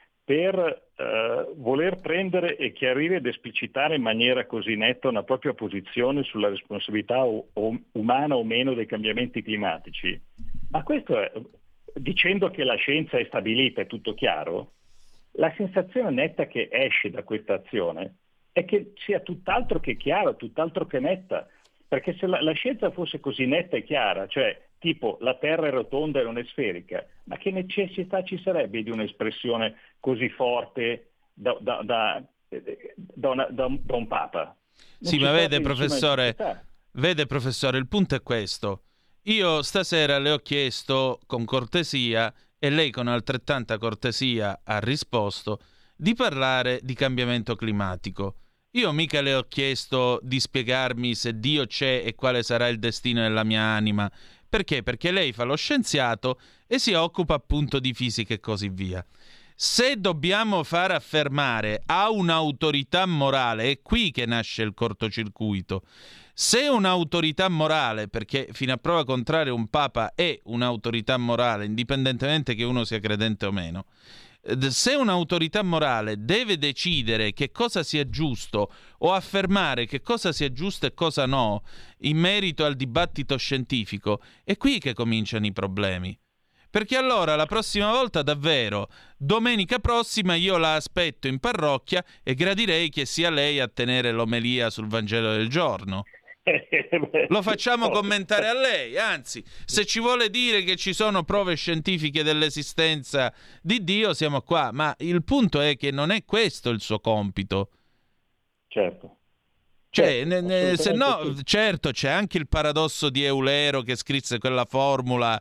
per eh, voler prendere e chiarire ed esplicitare in maniera così netta una propria posizione sulla responsabilità o, o, umana o meno dei cambiamenti climatici, ma questo è, dicendo che la scienza è stabilita, è tutto chiaro, la sensazione netta che esce da questa azione è che sia tutt'altro che chiara, tutt'altro che netta, perché se la, la scienza fosse così netta e chiara, cioè tipo la Terra è rotonda e non è sferica, ma che necessità ci sarebbe di un'espressione così forte da, da, da, da, una, da, un, da un Papa? Non sì, ma vede professore, vede professore, il punto è questo. Io stasera le ho chiesto con cortesia, e lei con altrettanta cortesia ha risposto, di parlare di cambiamento climatico. Io mica le ho chiesto di spiegarmi se Dio c'è e quale sarà il destino della mia anima. Perché? Perché lei fa lo scienziato e si occupa appunto di fisica e così via. Se dobbiamo far affermare a un'autorità morale, è qui che nasce il cortocircuito. Se un'autorità morale, perché fino a prova contraria un papa è un'autorità morale, indipendentemente che uno sia credente o meno, se un'autorità morale deve decidere che cosa sia giusto o affermare che cosa sia giusto e cosa no in merito al dibattito scientifico, è qui che cominciano i problemi. Perché allora la prossima volta davvero, domenica prossima io la aspetto in parrocchia e gradirei che sia lei a tenere l'omelia sul Vangelo del giorno. Lo facciamo commentare a lei, anzi, se ci vuole dire che ci sono prove scientifiche dell'esistenza di Dio, siamo qua, ma il punto è che non è questo il suo compito. Certo. Cioè, certo, ne, ne, se no, sì. certo, c'è anche il paradosso di Eulero che scrisse quella formula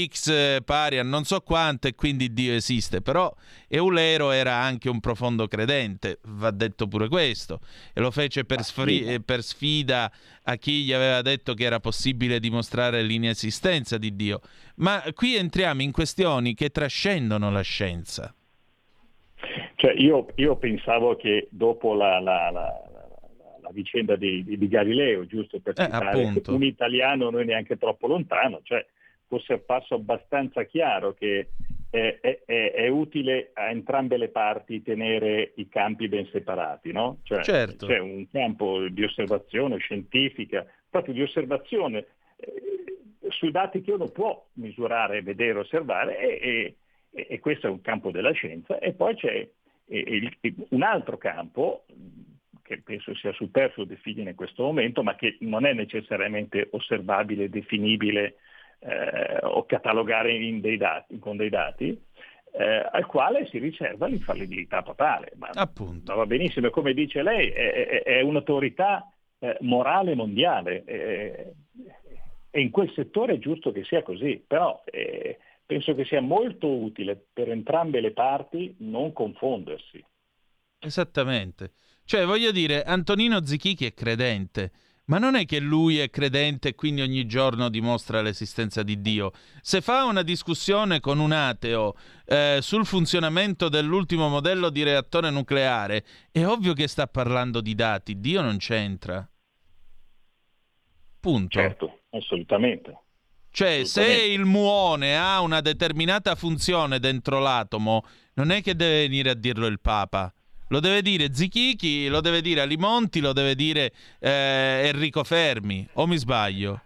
X pari a non so quanto e quindi Dio esiste, però Eulero era anche un profondo credente, va detto pure questo, e lo fece per, sfri- per sfida a chi gli aveva detto che era possibile dimostrare l'inesistenza di Dio. Ma qui entriamo in questioni che trascendono la scienza. Cioè, io, io pensavo che dopo la... la, la... la vicenda di, di, di Galileo, giusto per citare eh, un italiano non neanche troppo lontano, cioè fosse apparso abbastanza chiaro che è, è, è utile a entrambe le parti tenere i campi ben separati, no? Cioè, certo. C'è un campo di osservazione scientifica, proprio di osservazione eh, sui dati che uno può misurare, vedere, osservare, e, e, e questo è un campo della scienza, e poi c'è e, e, un altro campo che penso sia superfluo definire in questo momento, ma che non è necessariamente osservabile, definibile eh, o catalogare in dei dati, con dei dati, eh, al quale si riserva l'infallibilità papale. Ma, Appunto. ma va benissimo, come dice lei, è, è, è un'autorità eh, morale mondiale, eh, e in quel settore è giusto che sia così, però eh, penso che sia molto utile per entrambe le parti non confondersi. Esattamente. Cioè, voglio dire, Antonino Zichichi è credente, ma non è che lui è credente e quindi ogni giorno dimostra l'esistenza di Dio. Se fa una discussione con un ateo eh, sul funzionamento dell'ultimo modello di reattore nucleare, è ovvio che sta parlando di dati, Dio non c'entra. Punto. Certo, assolutamente. Cioè, se il muone ha una determinata funzione dentro l'atomo, non è che deve venire a dirlo il Papa. Lo deve dire Zichichi, lo deve dire Alimonti, lo deve dire eh, Enrico Fermi, o mi sbaglio?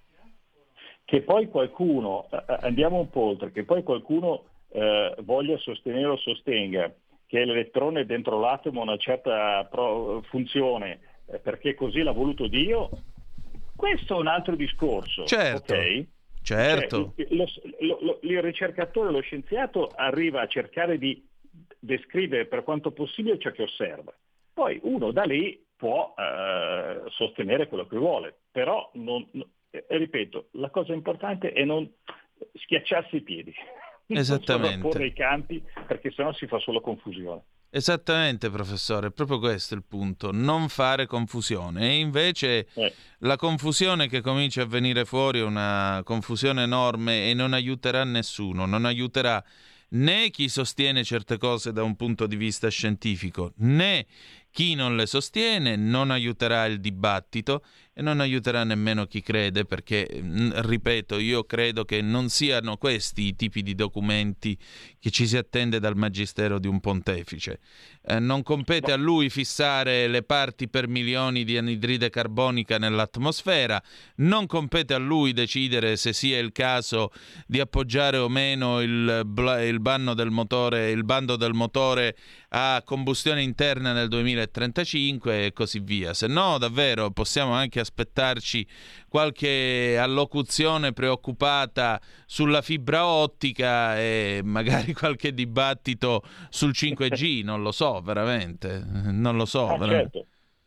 Che poi qualcuno, eh, andiamo un po' oltre, che poi qualcuno eh, voglia sostenere o sostenga che l'elettrone dentro l'atomo ha una certa pro- funzione eh, perché così l'ha voluto Dio, questo è un altro discorso. Certo, okay? certo. Cioè, lo, lo, lo, il ricercatore, lo scienziato arriva a cercare di descrivere per quanto possibile ciò che osserva. Poi uno da lì può eh, sostenere quello che vuole, però, non, no, eh, ripeto, la cosa importante è non schiacciarsi i piedi, Esattamente. non sovrapporre i campi, perché sennò si fa solo confusione. Esattamente, professore, è proprio questo il punto, non fare confusione. E invece eh. la confusione che comincia a venire fuori è una confusione enorme e non aiuterà nessuno, non aiuterà né chi sostiene certe cose da un punto di vista scientifico, né chi non le sostiene, non aiuterà il dibattito e non aiuterà nemmeno chi crede, perché, ripeto, io credo che non siano questi i tipi di documenti che ci si attende dal magistero di un pontefice. Eh, non compete a lui fissare le parti per milioni di anidride carbonica nell'atmosfera, non compete a lui decidere se sia il caso di appoggiare o meno il, il banno del motore, il bando del motore a combustione interna nel duemilatrentacinque e così via. Se no, davvero, possiamo anche aspettarci qualche allocuzione preoccupata sulla fibra ottica e magari qualche dibattito sul cinque G, non lo so, veramente, non lo so. Ah, certo.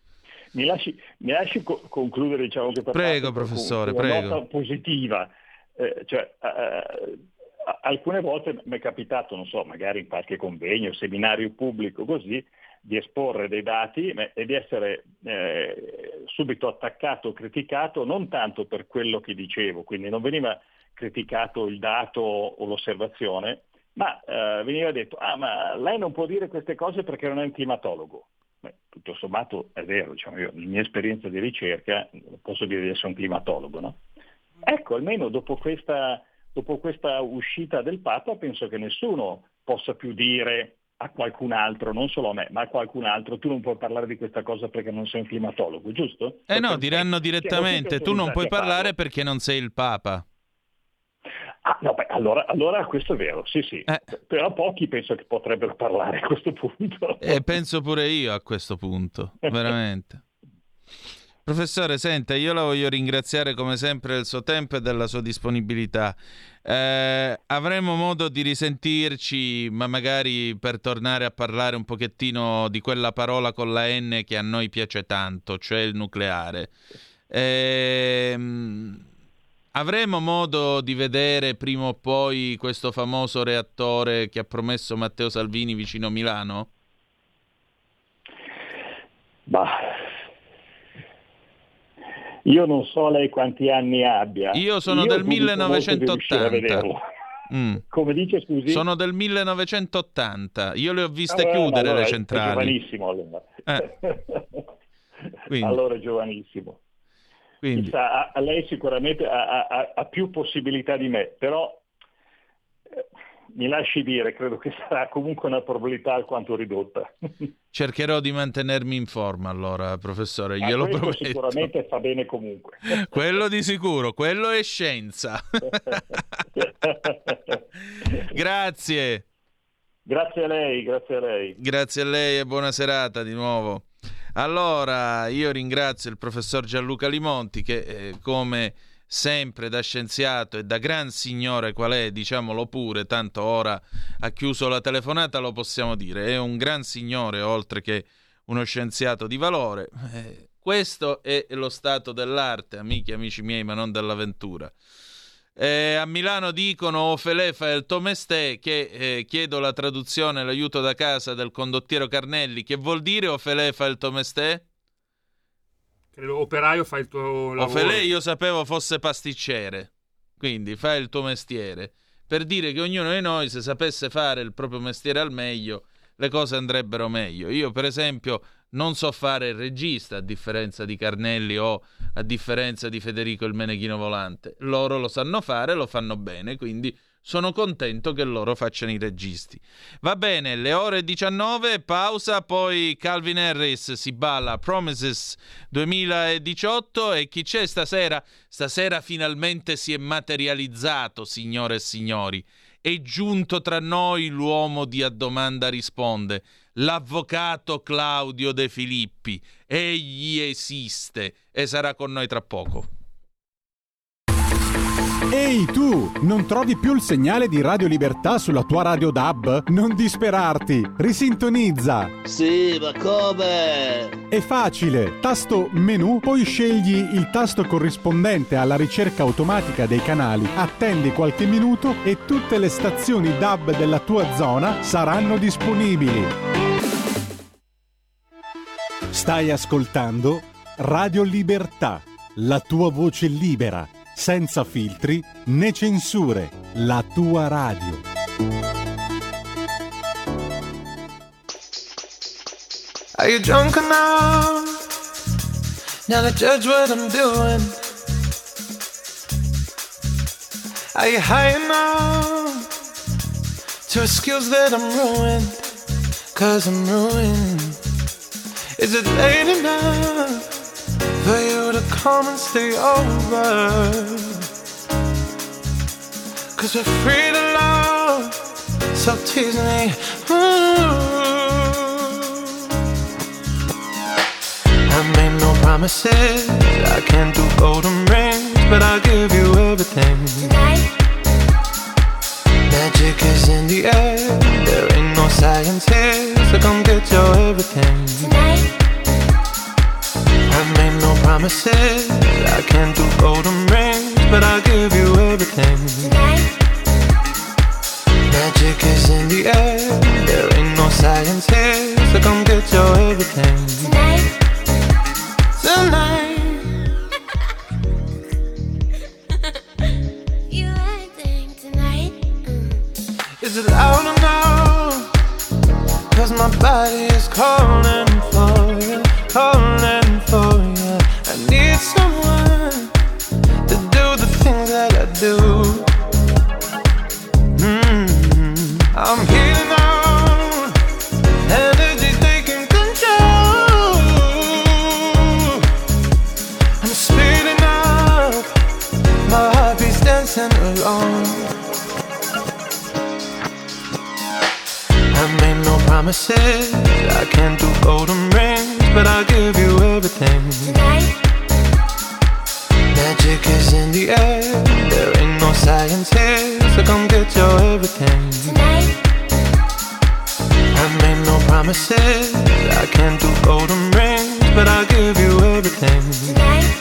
Mi lasci, mi lasci co- concludere, diciamo, che prego, professore, una prego. nota positiva, eh, cioè eh, alcune volte mi è capitato, non so, magari in qualche convegno, seminario pubblico così, di esporre dei dati e di essere eh, subito attaccato, criticato, non tanto per quello che dicevo, quindi non veniva criticato il dato o l'osservazione, ma eh, veniva detto, ah ma lei non può dire queste cose perché non è un climatologo. Beh, tutto sommato è vero, diciamo io, nella mia esperienza di ricerca posso dire di essere un climatologo, no? Ecco, almeno dopo questa, dopo questa uscita del Papa penso che nessuno possa più dire a qualcun altro, non solo a me, ma a qualcun altro, tu non puoi parlare di questa cosa perché non sei un climatologo, giusto? Eh no, Perché diranno direttamente, tu non puoi parlare perché non sei il Papa. Ah, no, beh, allora, allora questo è vero, sì, sì. Eh. Però pochi penso che potrebbero parlare a questo punto. E eh, penso pure io a questo punto, veramente. Professore, senta, io la voglio ringraziare come sempre del suo tempo e della sua disponibilità. Eh, avremo modo di risentirci, ma magari per tornare a parlare un pochettino di quella parola con la N che a noi piace tanto, cioè il nucleare. Eh, avremo modo di vedere prima o poi questo famoso reattore che ha promesso Matteo Salvini vicino Milano? Bah... Io non so lei quanti anni abbia. Io sono Io del millenovecentottanta. Mm. Come dice, scusi? Sono del millenovecentottanta. Io le ho viste ah, chiudere allora, le centrali. È giovanissimo allora. Eh. Allora è giovanissimo. Quindi. Chissà, a, lei sicuramente ha, ha, ha più possibilità di me, però eh, mi lasci dire, credo che sarà comunque una probabilità alquanto ridotta. Cercherò di mantenermi in forma allora, professore, Ma glielo prometto. Sicuramente fa bene comunque. Quello di sicuro, quello è scienza. Grazie. Grazie a lei, grazie a lei. Grazie a lei e buona serata di nuovo. Allora, io ringrazio il professor Gianluca Limonti che eh, come sempre da scienziato e da gran signore qual è, diciamolo pure, tanto ora ha chiuso la telefonata, lo possiamo dire, è un gran signore oltre che uno scienziato di valore. Eh, questo è lo stato dell'arte, amici amici miei, ma non dell'avventura. Eh, a Milano dicono o Felè fa il tuo mestè, che eh, chiedo la traduzione, l'aiuto da casa del condottiero Carnelli, che vuol dire o Felè fa il tuo mestè? Credo operaio fa il tuo lavoro. O Felè io sapevo fosse pasticcere, quindi fai il tuo mestiere, per dire che ognuno di noi se sapesse fare il proprio mestiere al meglio le cose andrebbero meglio. Io per esempio non so fare il regista, a differenza di Carnelli o a differenza di Federico il Meneghino Volante. Loro lo sanno fare, lo fanno bene, quindi sono contento che loro facciano i registi. Va bene, le ore diciannove, pausa, poi Calvin Harris si balla Promises duemiladiciotto e chi c'è stasera? Stasera finalmente si è materializzato, signore e signori. È giunto tra noi l'uomo di A Domanda Risponde, l'avvocato Claudio De Filippi. Egli esiste e sarà con noi tra poco. Ehi tu, non trovi più il segnale di Radio Libertà sulla tua radio D A B? Non disperarti, risintonizza! Sì, ma come? È facile, tasto menu, poi scegli il tasto corrispondente alla ricerca automatica dei canali, attendi qualche minuto e tutte le stazioni D A B della tua zona saranno disponibili. Stai ascoltando Radio Libertà, la tua voce libera, senza filtri né censure, la tua radio. Are you drunk enough now to judge what I'm doing? Are you high enough to excuse that I'm ruined? Cause I'm ruined. Is it late enough for you to come and stay over? Cause we're free to love, so tease me. Ooh. I made no promises, I can't do golden rings, but I'll give you everything. Tonight. Magic is in the air, there ain't no science here, so come get your everything. Tonight. I made no promises, I can't do golden rings, but I'll give you everything. Tonight. Magic is in the air, there ain't no science here, so come get your everything. Tonight. Tonight. You acting tonight. Mm. Is it loud? promises. I can't do golden rings, but I'll give you everything. Tonight. Magic is in the air. There ain't no science here, so come get your everything. Tonight. I made no promises. I can't do golden rings, but I'll give you everything. Tonight.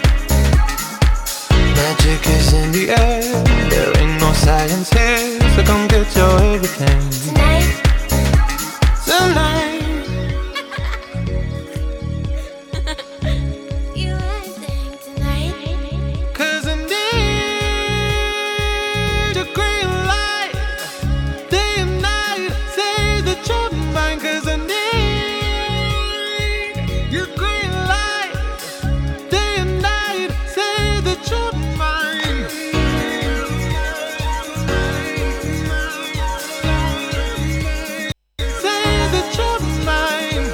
Magic is in the air. There ain't no science here, so come get your everything. Tonight. Tonight. You everything tonight. Cause I need a green light, day and night. Say that you're mine. Cause I need your green light, day and night. Say that you're mine. Say that you're mine.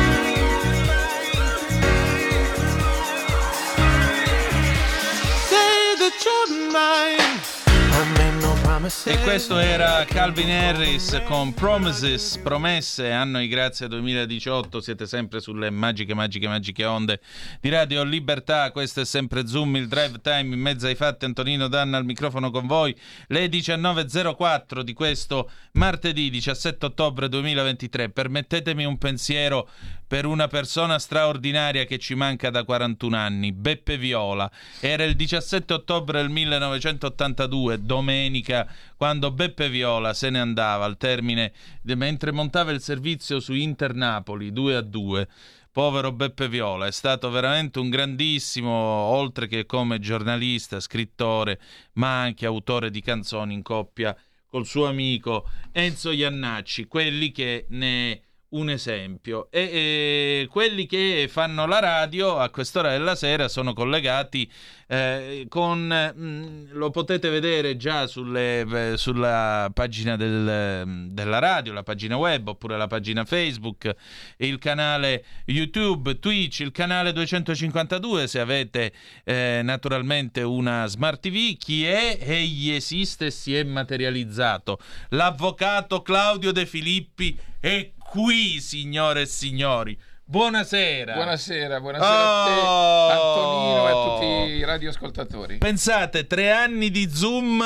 Say that you're mine. I made no promises. E questo era Calvin Harris con Promises, promesse, anno di grazia duemiladiciotto. Siete sempre sulle magiche, magiche, magiche onde di Radio Libertà. Questo è sempre Zoom, il drive time in mezzo ai fatti. Antonino Danna al microfono con voi. Le diciannove e zero quattro di questo martedì diciassette ottobre duemilaventitré. Permettetemi un pensiero per una persona straordinaria che ci manca da quarantuno anni, Beppe Viola. Era il diciassette ottobre del millenovecentottantadue, domenica, quando Beppe Viola se ne andava al termine, mentre montava il servizio su Inter Napoli due a due. Povero Beppe Viola, è stato veramente un grandissimo, oltre che come giornalista, scrittore, ma anche autore di canzoni in coppia col suo amico Enzo Iannacci, quelli che ne un esempio. E, e quelli che fanno la radio a quest'ora della sera sono collegati eh, con mh, lo potete vedere già sulle, eh, sulla pagina del, della radio, la pagina web, oppure la pagina Facebook, il canale YouTube, Twitch, il canale duecentocinquantadue se avete eh, naturalmente una Smart tivù. Chi è? Egli esiste e si è materializzato. L'avvocato Claudio De Filippi è qui, signore e signori. Buonasera. Buonasera, buonasera oh! a te, Antonino, e a tutti i radioascoltatori. Pensate, tre anni di Zoom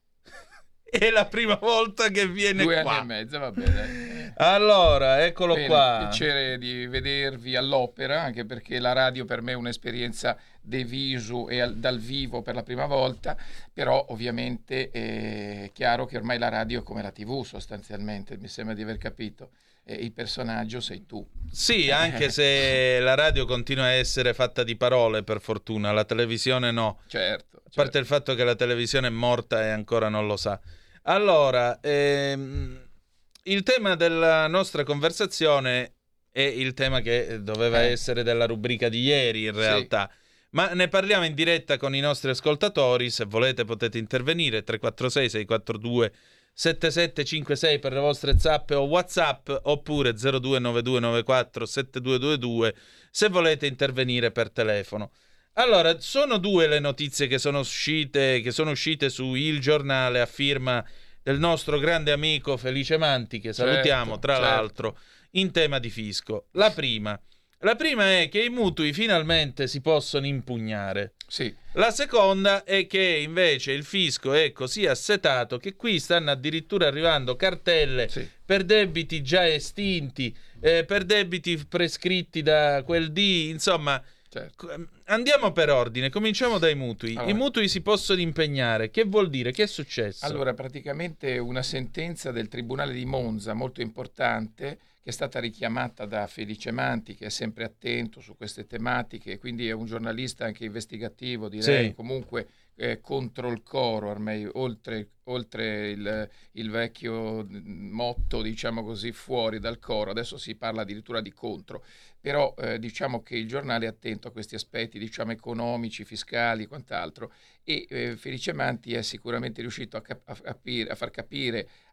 è la prima volta che viene Due qua. anni e mezzo, va bene. Allora, eccolo Bene, qua. Piacere di vedervi all'opera, anche perché la radio per me è un'esperienza de visu e al, dal vivo per la prima volta, però ovviamente è chiaro che ormai la radio è come la tivù sostanzialmente, mi sembra di aver capito. E il personaggio sei tu. Sì, anche se la radio continua a essere fatta di parole, per fortuna, la televisione no. Certo. A parte certo. il fatto che la televisione è morta e ancora non lo sa. Allora, ehm, il tema della nostra conversazione è il tema che doveva eh. essere della rubrica di ieri, in realtà. Sì. Ma ne parliamo in diretta con i nostri ascoltatori. Se volete potete intervenire. tre quattro sei sei quattro due sette sette cinque sei per le vostre zappe o WhatsApp, oppure zero due nove due nove quattro sette due due due se volete intervenire per telefono. Allora, sono due le notizie che sono uscite, che sono uscite su Il Giornale a firma del nostro grande amico Felice Manti, che salutiamo, certo, tra certo. l'altro, in tema di fisco. La prima La prima è che i mutui finalmente si possono impugnare. Sì. La seconda è che invece il fisco è così assetato che qui stanno addirittura arrivando cartelle sì. per debiti già estinti, eh, per debiti prescritti da quel dì, insomma. Certo. Andiamo per ordine, cominciamo dai mutui. Allora. I mutui si possono impegnare. Che vuol dire? Che è successo? Allora, praticamente una sentenza del Tribunale di Monza molto importante, che è stata richiamata da Felice Manti, che è sempre attento su queste tematiche, quindi è un giornalista anche investigativo, direi, sì. comunque eh, contro il coro, ormai oltre, oltre il, il vecchio motto, diciamo così, fuori dal coro, adesso si parla addirittura di contro, però eh, diciamo che il giornale è attento a questi aspetti, diciamo, economici, fiscali e quant'altro, e eh, Felice Manti è sicuramente riuscito a, cap- a, capire, a far capire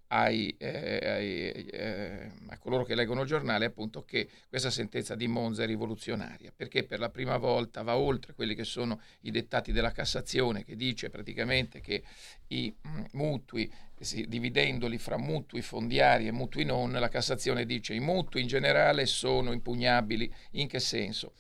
ai, eh, ai, eh, a coloro che leggono il giornale appunto che questa sentenza di Monza è rivoluzionaria, perché per la prima volta va oltre quelli che sono i dettati della Cassazione, che dice praticamente che i mh, mutui, sì, dividendoli fra mutui fondiari e mutui non, la Cassazione dice i mutui in generale sono impugnabili. In che senso?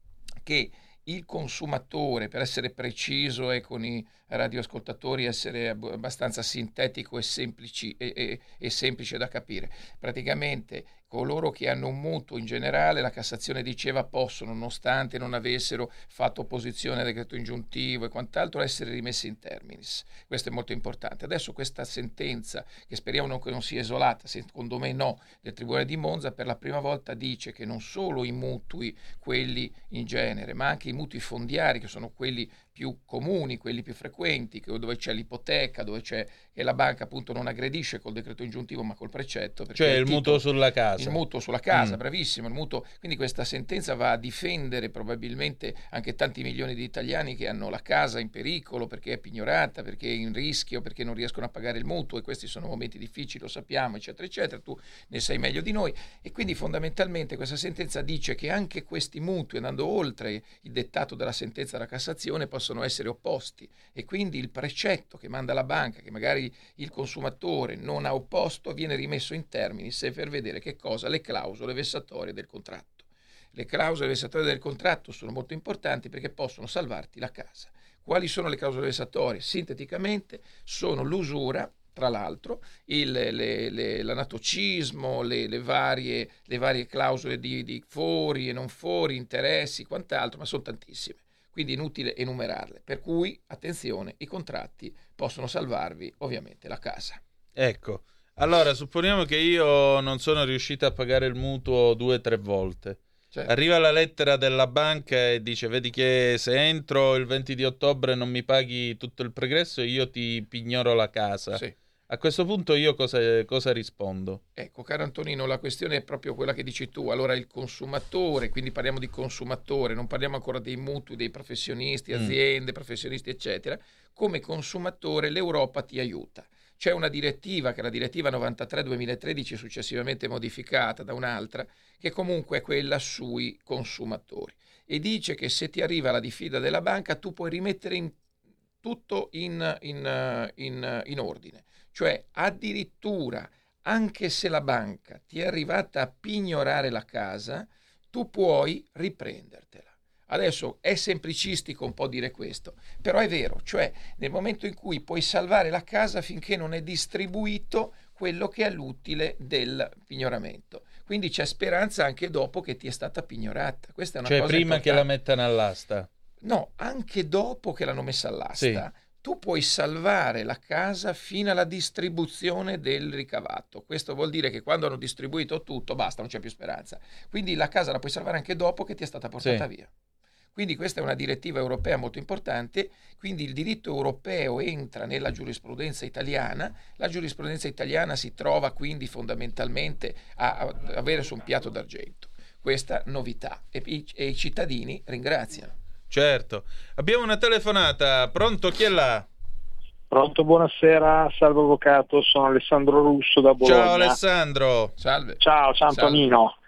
Che il consumatore, per essere preciso e con i radioascoltatori essere abbastanza sintetico e, semplici, e, e, e semplice da capire, praticamente coloro che hanno un mutuo in generale, la Cassazione diceva, possono, nonostante non avessero fatto opposizione al decreto ingiuntivo e quant'altro, essere rimessi in terminis. Questo è molto importante. Adesso questa sentenza, che speriamo non, che non sia isolata, secondo me no, del Tribunale di Monza, per la prima volta dice che non solo i mutui, quelli in genere, ma anche i mutui fondiari, che sono quelli più comuni, quelli più frequenti, dove c'è l'ipoteca, dove c'è che la banca appunto non aggredisce col decreto ingiuntivo ma col precetto. Cioè il, il titolo, mutuo sulla casa. Il mutuo sulla casa, mm. bravissimo. Il mutuo. Quindi questa sentenza va a difendere probabilmente anche tanti milioni di italiani che hanno la casa in pericolo perché è pignorata, perché è in rischio, perché non riescono a pagare il mutuo, e questi sono momenti difficili, lo sappiamo, eccetera, eccetera. Tu ne sai meglio di noi. E quindi fondamentalmente questa sentenza dice che anche questi mutui, andando oltre il dettato della sentenza della Cassazione, possono essere opposti, e quindi il precetto che manda la banca, che magari il consumatore non ha opposto, viene rimesso in terminis per vedere che cosa, le clausole vessatorie del contratto. Le clausole vessatorie del contratto sono molto importanti perché possono salvarti la casa. Quali sono le clausole vessatorie? Sinteticamente sono l'usura, tra l'altro, il, le, le, l'anatocismo, le, le, varie, le varie clausole di, di fori e non fori, interessi, quant'altro, ma sono tantissime. Quindi è inutile enumerarle, per cui attenzione, i contratti possono salvarvi ovviamente la casa. Ecco, allora supponiamo che io non sono riuscito a pagare il mutuo due o tre volte. Certo. Arriva la lettera della banca e dice: vedi che se entro il venti di ottobre non mi paghi tutto il pregresso io ti pignoro la casa. Sì. A questo punto io cosa, cosa rispondo? Ecco, caro Antonino, la questione è proprio quella che dici tu. Allora il consumatore, quindi parliamo di consumatore, non parliamo ancora dei mutui, dei professionisti, aziende, mm. professionisti, eccetera. Come consumatore l'Europa ti aiuta. C'è una direttiva, che è la direttiva novantatré duemilatredici, successivamente modificata da un'altra, che comunque è quella sui consumatori. E dice che se ti arriva la diffida della banca tu puoi rimettere in, tutto in, in, in, in ordine. Cioè addirittura anche se la banca ti è arrivata a pignorare la casa, tu puoi riprendertela. Adesso è semplicistico un po' dire questo, però è vero, cioè nel momento in cui puoi salvare la casa finché non è distribuito quello che è l'utile del pignoramento. Quindi c'è speranza anche dopo che ti è stata pignorata. Questa è una cioè cosa prima importante. Che la mettano all'asta. No, anche dopo che l'hanno messa all'asta. Sì. Tu puoi salvare la casa fino alla distribuzione del ricavato. Questo vuol dire che quando hanno distribuito tutto, basta, non c'è più speranza. Quindi la casa la puoi salvare anche dopo che ti è stata portata sì. via. Quindi questa è una direttiva europea molto importante, quindi il diritto europeo entra nella giurisprudenza italiana, la giurisprudenza italiana si trova quindi fondamentalmente a, a avere su un piatto d'argento questa novità e i, e i cittadini ringraziano. Certo. Abbiamo una telefonata. Pronto? Chi è là? Pronto, buonasera. Salve avvocato, sono Alessandro Russo da Bologna. Ciao Alessandro. Salve. Ciao, ciao Antonino. Salve.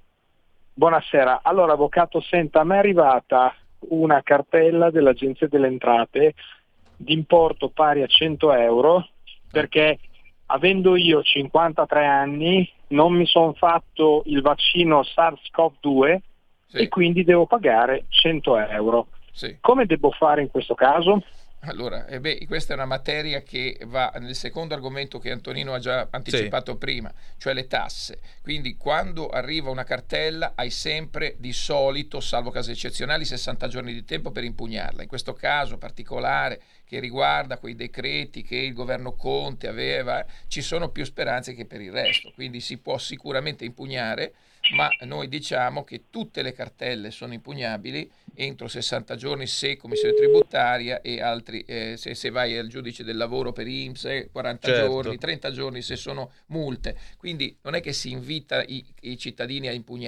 Buonasera. Allora avvocato, senta, a me è arrivata una cartella dell'Agenzia delle Entrate di importo pari a cento euro perché avendo io cinquantatré anni non mi sono fatto il vaccino SARS-CoV due. Sì. E quindi devo pagare cento euro. Sì. Come devo fare in questo caso? Allora, eh beh, questa è una materia che va nel secondo argomento che Antonino ha già anticipato sì. prima, cioè le tasse. Quindi quando arriva una cartella hai sempre di solito, salvo casi eccezionali, sessanta giorni di tempo per impugnarla. In questo caso particolare che riguarda quei decreti che il governo Conte aveva, ci sono più speranze che per il resto. Quindi si può sicuramente impugnare, ma noi diciamo che tutte le cartelle sono impugnabili entro sessanta giorni se commissione tributaria e altri eh, se, se vai al giudice del lavoro per I N P S, quaranta certo. giorni, trenta giorni se sono multe. Quindi non è che si invita i, i cittadini a impugnare,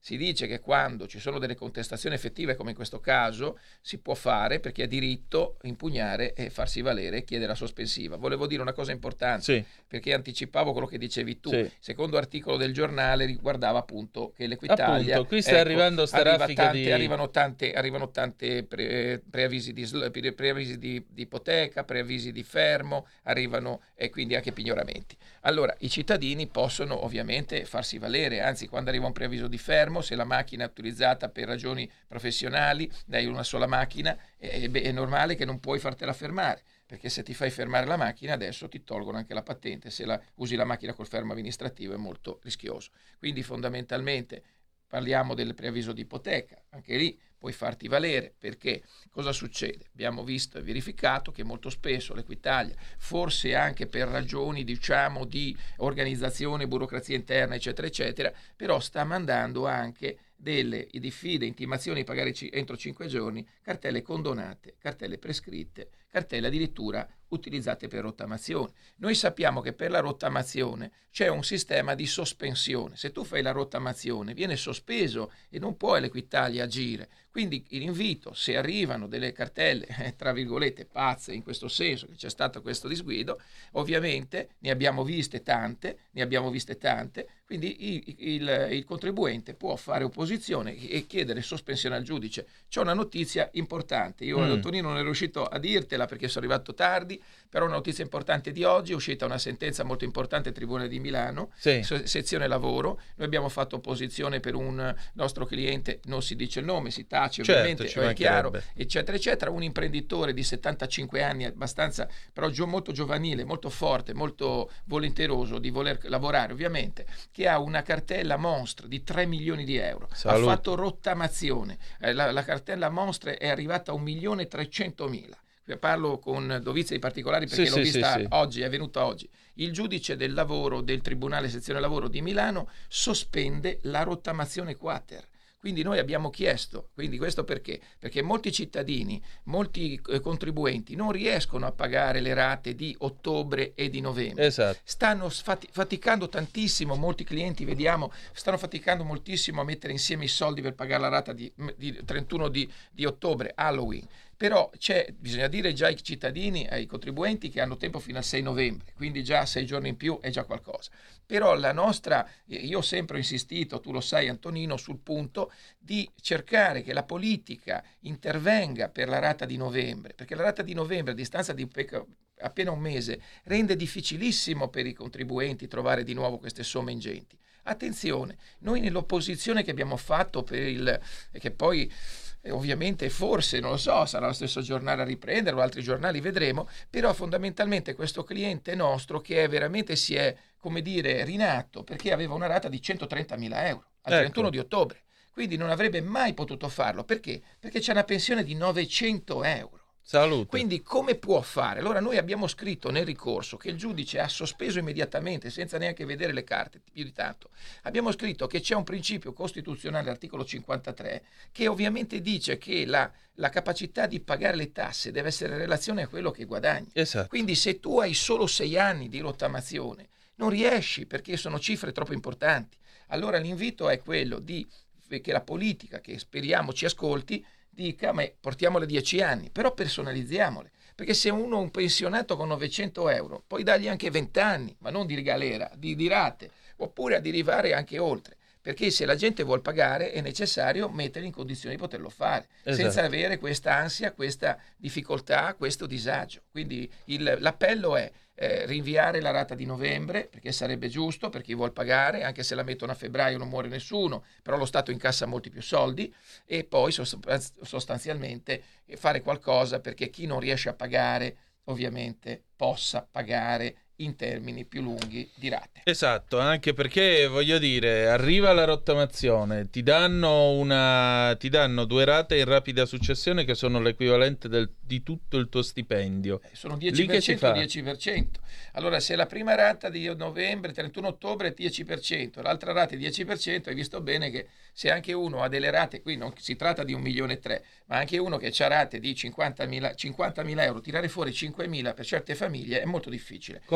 Si dice che quando ci sono delle contestazioni effettive, come in questo caso, si può fare perché ha diritto impugnare e farsi valere e chiedere la sospensiva. Volevo dire una cosa importante, sì. perché anticipavo quello che dicevi tu. Sì. Secondo articolo del giornale riguardava appunto che l'Equitalia... Appunto, qui sta ecco, arrivando sta arriva raffica tante, di... arrivano tante, arrivano tante pre, preavvisi, di, preavvisi di, di ipoteca, preavvisi di fermo, arrivano e quindi anche pignoramenti. Allora, i cittadini possono ovviamente farsi valere, anzi quando arriva un preavviso di fermo, se la macchina è utilizzata per ragioni professionali, dai una sola macchina, è, è normale che non puoi fartela fermare, perché se ti fai fermare la macchina adesso ti tolgono anche la patente, se la, usi la macchina col fermo amministrativo è molto rischioso. Quindi fondamentalmente parliamo del preavviso di ipoteca, anche lì puoi farti valere, perché cosa succede? Abbiamo visto e verificato che molto spesso l'Equitalia, forse anche per ragioni diciamo di organizzazione, burocrazia interna eccetera eccetera, però sta mandando anche delle diffide, intimazioni di pagare ci, entro cinque giorni, cartelle condonate, cartelle prescritte, cartelle addirittura utilizzate per rottamazione. Noi sappiamo che per la rottamazione c'è un sistema di sospensione. Se tu fai la rottamazione viene sospeso e non può l'Equitalia agire. Quindi l'invito, se arrivano delle cartelle, eh, tra virgolette, pazze in questo senso, che c'è stato questo disguido, ovviamente ne abbiamo viste tante, ne abbiamo viste tante, quindi il, il, il contribuente può fare opposizione e chiedere sospensione al giudice. C'è una notizia importante, io mm. Tonino non ero riuscito a dirtela perché sono arrivato tardi, però una notizia importante di oggi, è uscita una sentenza molto importante al Tribunale di Milano, sì. sezione lavoro, noi abbiamo fatto opposizione per un nostro cliente, non si dice il nome, si tace certo, ovviamente, è chiaro, mancherebbe. eccetera eccetera, un imprenditore di settantacinque anni, abbastanza però gio- molto giovanile, molto forte, molto volenteroso di voler lavorare ovviamente, che ha una cartella monstra di tre milioni di euro, Salute. Ha fatto rottamazione, eh, la, la cartella monstra è arrivata a un milione trecentomila. Parlo con dovizia di particolari perché sì, l'ho sì, vista sì, sì. oggi, è venuta oggi. Il giudice del lavoro del Tribunale Sezione Lavoro di Milano sospende la rottamazione quater. Quindi noi abbiamo chiesto, quindi questo perché? Perché molti cittadini, molti eh, contribuenti non riescono a pagare le rate di ottobre e di novembre. Esatto. Stanno fati- faticando tantissimo, molti clienti vediamo, stanno faticando moltissimo a mettere insieme i soldi per pagare la rata di, di trentuno di, di ottobre, Halloween. Però c'è, bisogna dire già ai cittadini, ai contribuenti che hanno tempo fino al sei novembre, quindi già sei giorni in più è già qualcosa. Però la nostra, io ho sempre insistito, tu lo sai Antonino, sul punto di cercare che la politica intervenga per la rata di novembre, perché la rata di novembre a distanza di appena un mese rende difficilissimo per i contribuenti trovare di nuovo queste somme ingenti. Attenzione, noi nell'opposizione che abbiamo fatto per il, che poi E ovviamente forse, non lo so, sarà lo stesso giornale a riprenderlo, altri giornali vedremo, però fondamentalmente questo cliente nostro che è veramente si è, come dire, rinato perché aveva una rata di centotrentamila euro al ecco. trentuno di ottobre, quindi non avrebbe mai potuto farlo. Perché? Perché c'è una pensione di novecento euro. Salute. Quindi come può fare? Allora noi abbiamo scritto nel ricorso che il giudice ha sospeso immediatamente senza neanche vedere le carte, più di tanto. Abbiamo scritto che c'è un principio costituzionale, l'articolo cinquantatré, che ovviamente dice che la, la capacità di pagare le tasse deve essere in relazione a quello che guadagni. Esatto. Quindi se tu hai solo sei anni di rottamazione non riesci perché sono cifre troppo importanti. Allora l'invito è quello di che la politica, che speriamo ci ascolti, dica ma portiamole dieci anni, però personalizziamole, perché se uno è un pensionato con novecento euro puoi dargli anche venti anni, ma non di galera, di, di rate, oppure a derivare anche oltre, perché se la gente vuol pagare è necessario metterli in condizioni di poterlo fare, esatto. senza avere questa ansia, questa difficoltà, questo disagio. Quindi il, l'appello è Eh, rinviare la rata di novembre, perché sarebbe giusto per chi vuol pagare, anche se la mettono a febbraio non muore nessuno, però lo Stato incassa molti più soldi, e poi sostanzialmente fare qualcosa perché chi non riesce a pagare ovviamente possa pagare in termini più lunghi di rate. Esatto, anche perché voglio dire, arriva la rottamazione, ti danno una ti danno due rate in rapida successione che sono l'equivalente del, di tutto il tuo stipendio. Eh, sono dieci per cento, dieci per cento. Allora se la prima rata di novembre, trentuno ottobre è dieci per cento, l'altra rata è dieci per cento, hai visto bene che se anche uno ha delle rate, qui non si tratta di un milione e tre, ma anche uno che ha rate di cinquantamila euro, tirare fuori cinquemila per certe famiglie è molto difficile. Come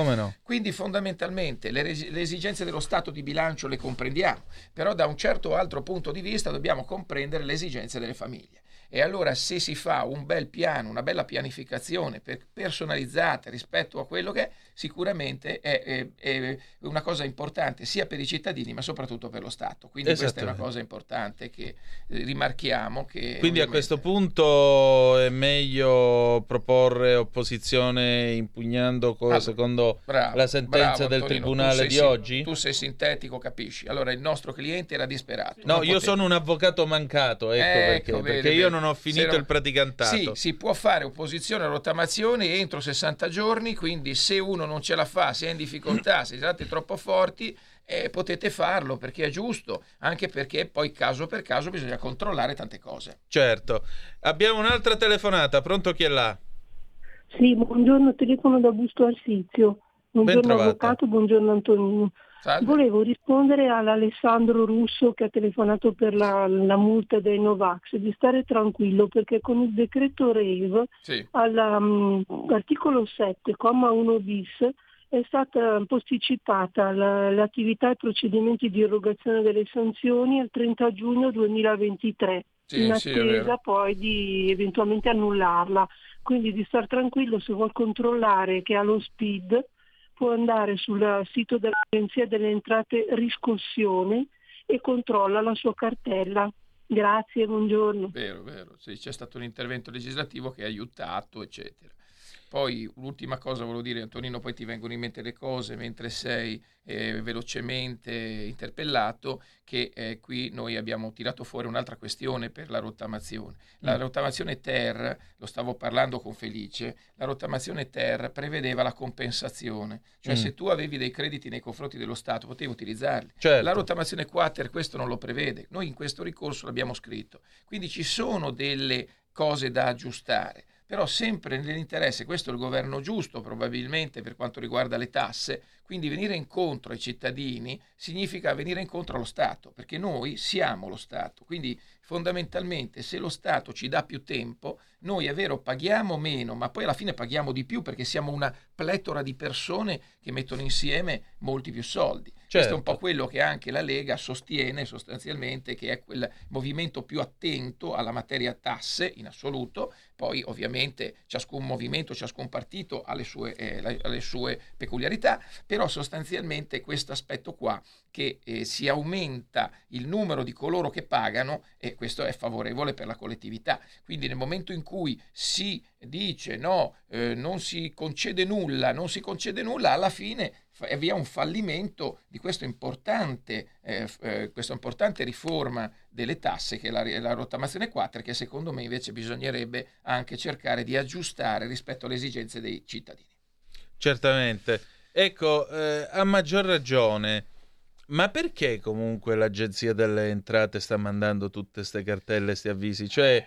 Come no? Quindi fondamentalmente le, res- le esigenze dello Stato di bilancio le comprendiamo, però da un certo altro punto di vista dobbiamo comprendere le esigenze delle famiglie. E allora se si fa un bel piano, una bella pianificazione per, personalizzata rispetto a quello che è, sicuramente è, è, è una cosa importante sia per i cittadini ma soprattutto per lo Stato. Quindi questa è una cosa importante che eh, rimarchiamo. Che Quindi ovviamente... a questo punto è meglio proporre opposizione impugnando cosa, allora, secondo bravo, la sentenza bravo, del Antonino, Tribunale di sei, oggi? Tu sei sintetico, capisci? Allora il nostro cliente era disperato. No, io poteva. sono un avvocato mancato, ecco, ecco perché, vedi, perché vedi. io non ho finito non... il praticantato. Sì, si può fare opposizione a rottamazione entro sessanta giorni, quindi se uno non ce la fa, se è in difficoltà, se siete troppo forti, eh, potete farlo perché è giusto, anche perché poi caso per caso bisogna controllare tante cose. Certo. Abbiamo un'altra telefonata, pronto, chi è là? Sì, buongiorno, telefono da Busto Arsizio. Buongiorno avvocato, buongiorno Antonino. Salve. Volevo rispondere all'Alessandro Russo che ha telefonato per la, la multa dei Novax, di stare tranquillo perché con il decreto Rave sì. all'articolo sette, comma uno bis, è stata posticipata la, l'attività e i procedimenti di erogazione delle sanzioni al trenta giugno duemilaventitré, sì, in sì, attesa poi di eventualmente annullarla. Quindi di star tranquillo, se vuol controllare che ha lo S P I D può andare sul sito dell'Agenzia delle Entrate Riscossione e controlla la sua cartella. Grazie, buongiorno. Vero, vero, sì, c'è stato un intervento legislativo che ha aiutato, eccetera. Poi l'ultima cosa volevo dire, Antonino, poi ti vengono in mente le cose mentre sei eh, velocemente interpellato, che eh, qui noi abbiamo tirato fuori un'altra questione per la rottamazione. La mm. rottamazione ter, lo stavo parlando con Felice, la rottamazione ter prevedeva la compensazione, cioè mm. se tu avevi dei crediti nei confronti dello Stato potevi utilizzarli. Certo. La rottamazione quater questo non lo prevede, noi in questo ricorso l'abbiamo scritto, quindi ci sono delle cose da aggiustare. Però sempre nell'interesse, questo è il governo giusto probabilmente per quanto riguarda le tasse, quindi venire incontro ai cittadini significa venire incontro allo Stato, perché noi siamo lo Stato, quindi fondamentalmente se lo Stato ci dà più tempo, noi è vero paghiamo meno, ma poi alla fine paghiamo di più perché siamo una pletora di persone che mettono insieme molti più soldi. Certo. Questo è un po' quello che anche la Lega sostiene sostanzialmente, che è quel movimento più attento alla materia tasse in assoluto. Poi ovviamente ciascun movimento, ciascun partito ha le sue, eh, le sue peculiarità, però sostanzialmente questo aspetto qua, che eh, si aumenta il numero di coloro che pagano, e questo è favorevole per la collettività. Quindi nel momento in cui si dice no, eh, non si concede nulla, non si concede nulla, alla fine vi è un fallimento di questo importante, eh, eh, questa importante riforma delle tasse che è la, la rottamazione quater, che secondo me invece bisognerebbe anche cercare di aggiustare rispetto alle esigenze dei cittadini. Certamente. Ecco, eh, a maggior ragione, ma perché comunque l'Agenzia delle Entrate sta mandando tutte ste cartelle, questi avvisi? Cioè,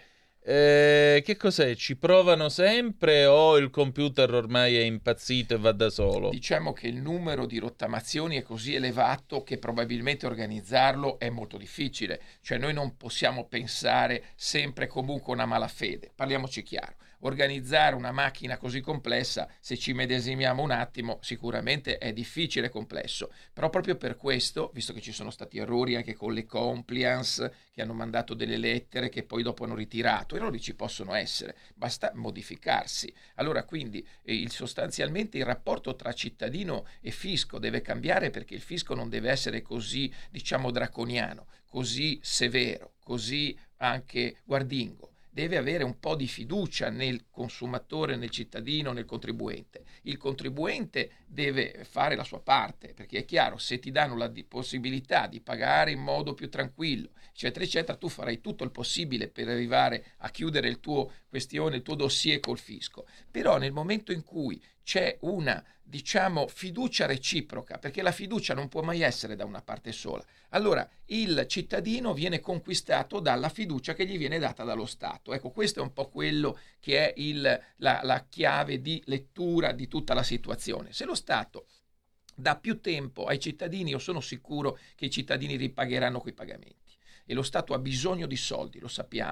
eh, che cos'è? Ci provano sempre o il computer ormai è impazzito e va da solo? Diciamo che il numero di rottamazioni è così elevato che probabilmente organizzarlo è molto difficile. Cioè noi non possiamo pensare sempre comunque una malafede, parliamoci chiaro. Organizzare una macchina così complessa, se ci medesimiamo un attimo, sicuramente è difficile e complesso, però proprio per questo, visto che ci sono stati errori anche con le compliance che hanno mandato delle lettere che poi dopo hanno ritirato, errori ci possono essere, basta modificarsi. Allora quindi eh, il, sostanzialmente il rapporto tra cittadino e fisco deve cambiare, perché il fisco non deve essere così, diciamo, draconiano, così severo, così anche guardingo. Deve avere un po' di fiducia nel consumatore, nel cittadino, nel contribuente. Il contribuente deve fare la sua parte, perché è chiaro, se ti danno la di- possibilità di pagare in modo più tranquillo, eccetera, eccetera, tu farai tutto il possibile per arrivare a chiudere il tuo questione, il tuo dossier col fisco. Però nel momento in cui c'è una, diciamo, fiducia reciproca, perché la fiducia non può mai essere da una parte sola, allora il cittadino viene conquistato dalla fiducia che gli viene data dallo Stato. Ecco, questo è un po' quello che è il, la, la chiave di lettura di tutta la situazione. Se lo Stato dà più tempo ai cittadini, io sono sicuro che i cittadini ripagheranno quei pagamenti. E lo Stato ha bisogno di soldi, lo sappiamo,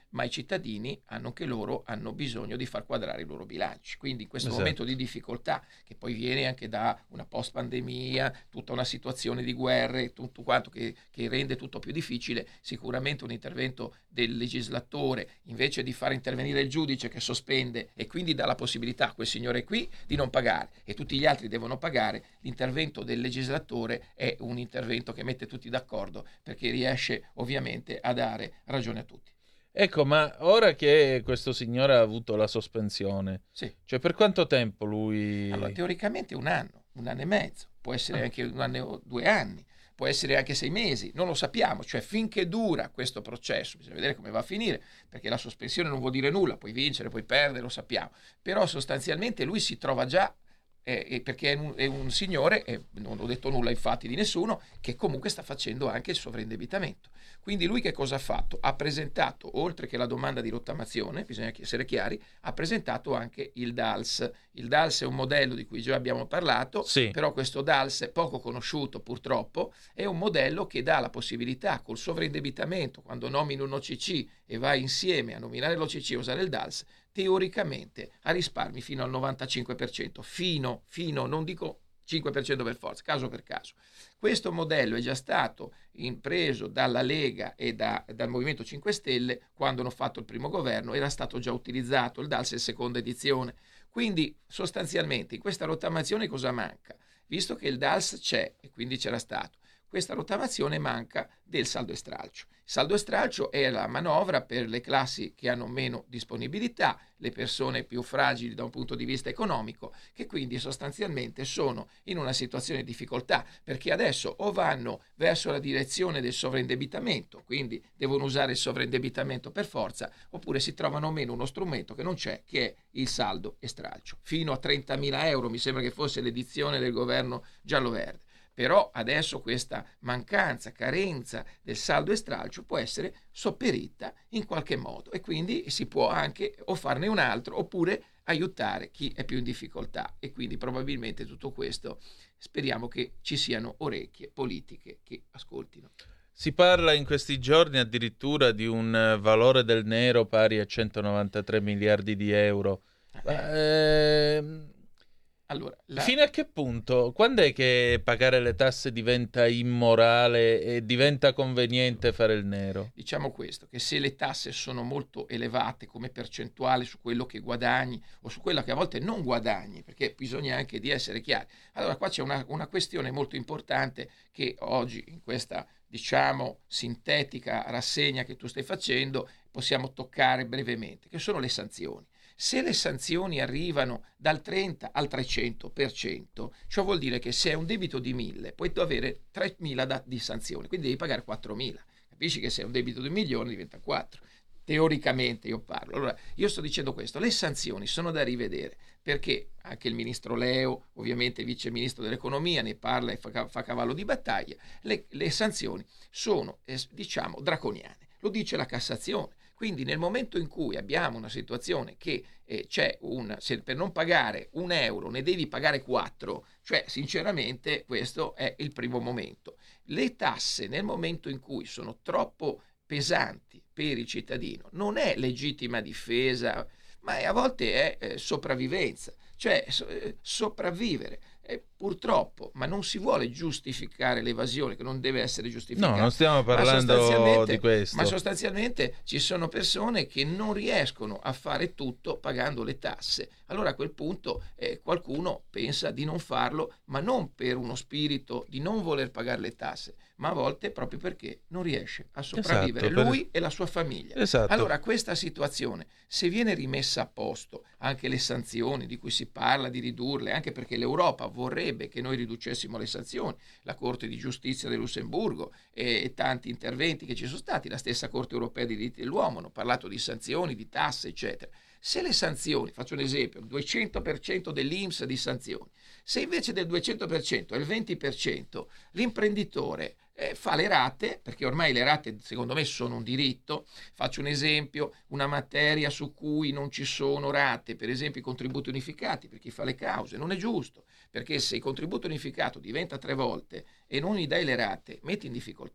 ma i cittadini hanno anche loro hanno bisogno di far quadrare i loro bilanci. Quindi in questo Esatto. momento di difficoltà, che poi viene anche da una post pandemia, tutta una situazione di guerre, tutto quanto che, che rende tutto più difficile, sicuramente un intervento del legislatore, invece di far intervenire il giudice che sospende e quindi dà la possibilità a quel signore qui di non pagare e tutti gli altri devono pagare, l'intervento del legislatore è un intervento che mette tutti d'accordo, perché riesce ovviamente a dare ragione a tutti. Ecco, ma ora che questo signore ha avuto la sospensione, sì. cioè per quanto tempo lui... Allora, teoricamente un anno, un anno e mezzo, può essere anche un anno o due anni, può essere anche sei mesi, non lo sappiamo, cioè finché dura questo processo, bisogna vedere come va a finire, perché la sospensione non vuol dire nulla, puoi vincere, puoi perdere, lo sappiamo, però sostanzialmente lui si trova già, eh, perché è un, è un signore, eh, non ho detto nulla infatti di nessuno, che comunque sta facendo anche il sovraindebitamento. Quindi lui che cosa ha fatto? Ha presentato, oltre che la domanda di rottamazione, bisogna essere chiari, ha presentato anche il D A L S. Il D A L S è un modello di cui già abbiamo parlato, sì. però questo D A L S è poco conosciuto purtroppo, è un modello che dà la possibilità col sovraindebitamento, quando nomini un O C C e vai insieme a nominare l'O C C e usare il D A L S, teoricamente a risparmi fino al novantacinque per cento, fino, fino, non dico cinque per cento per forza, caso per caso. Questo modello è già stato impreso dalla Lega e da, dal Movimento cinque Stelle quando hanno fatto il primo governo, era stato già utilizzato il D A L S in seconda edizione. Quindi sostanzialmente in questa rottamazione cosa manca? Visto che il D A L S c'è e quindi c'era stato, questa rottamazione manca del saldo e stralcio. Il saldo e stralcio è la manovra per le classi che hanno meno disponibilità, le persone più fragili da un punto di vista economico, che quindi sostanzialmente sono in una situazione di difficoltà, perché adesso o vanno verso la direzione del sovraindebitamento, quindi devono usare il sovraindebitamento per forza, oppure si trovano meno uno strumento che non c'è, che è il saldo e stralcio. Fino a trentamila euro, mi sembra che fosse l'edizione del governo giallo-verde. Però adesso questa mancanza, carenza del saldo e stralcio può essere sopperita in qualche modo e quindi si può anche o farne un altro oppure aiutare chi è più in difficoltà e quindi probabilmente tutto questo speriamo che ci siano orecchie politiche che ascoltino. Si parla in questi giorni addirittura di un valore del nero pari a centonovantatré miliardi di euro. Eh... Allora, la... Fino a che punto? Quando è che pagare le tasse diventa immorale e diventa conveniente fare il nero? Diciamo questo, che se le tasse sono molto elevate come percentuale su quello che guadagni o su quello che a volte non guadagni, perché bisogna anche di essere chiari. Allora qua c'è una, una questione molto importante che oggi in questa, diciamo, sintetica rassegna che tu stai facendo possiamo toccare brevemente, che sono le sanzioni. Se le sanzioni arrivano dal trenta al trecento per cento, ciò vuol dire che se hai un debito di mille puoi avere tremila da, di sanzioni, quindi devi pagare quattromila. Capisci che se hai un debito di un milione diventa quattro. Teoricamente io parlo. Allora, io sto dicendo questo, le sanzioni sono da rivedere, perché anche il ministro Leo, ovviamente il vice ministro dell'economia, ne parla e fa, fa cavallo di battaglia, le, le sanzioni sono, eh, diciamo, draconiane. Lo dice la Cassazione. Quindi nel momento in cui abbiamo una situazione che eh, c'è un, se per non pagare un euro ne devi pagare quattro, cioè sinceramente questo è il primo momento. Le tasse nel momento in cui sono troppo pesanti per il cittadino non è legittima difesa, ma è, a volte è eh, sopravvivenza, cioè so, eh, sopravvivere. Eh, purtroppo, ma non si vuole giustificare l'evasione, che non deve essere giustificata. No, non stiamo parlando di questo. Ma sostanzialmente ci sono persone che non riescono a fare tutto pagando le tasse. Allora a quel punto eh, qualcuno pensa di non farlo, ma non per uno spirito di non voler pagare le tasse, ma a volte proprio perché non riesce a sopravvivere, esatto, lui per... e la sua famiglia. Esatto. Allora questa situazione, se viene rimessa a posto, anche le sanzioni di cui si parla di ridurle, anche perché l'Europa vorrebbe che noi riducessimo le sanzioni, la Corte di Giustizia del Lussemburgo e, e tanti interventi che ci sono stati, la stessa Corte Europea dei diritti dell'uomo hanno parlato di sanzioni, di tasse, eccetera. Se le sanzioni, faccio un esempio, il duecento per cento dell'I N P S di sanzioni, se invece del duecento per cento è il venti per cento, l'imprenditore eh, fa le rate, perché ormai le rate secondo me sono un diritto. Faccio un esempio, una materia su cui non ci sono rate, per esempio i contributi unificati per chi fa le cause, non è giusto, perché se il contributo unificato diventa tre volte e non gli dai le rate, metti in difficoltà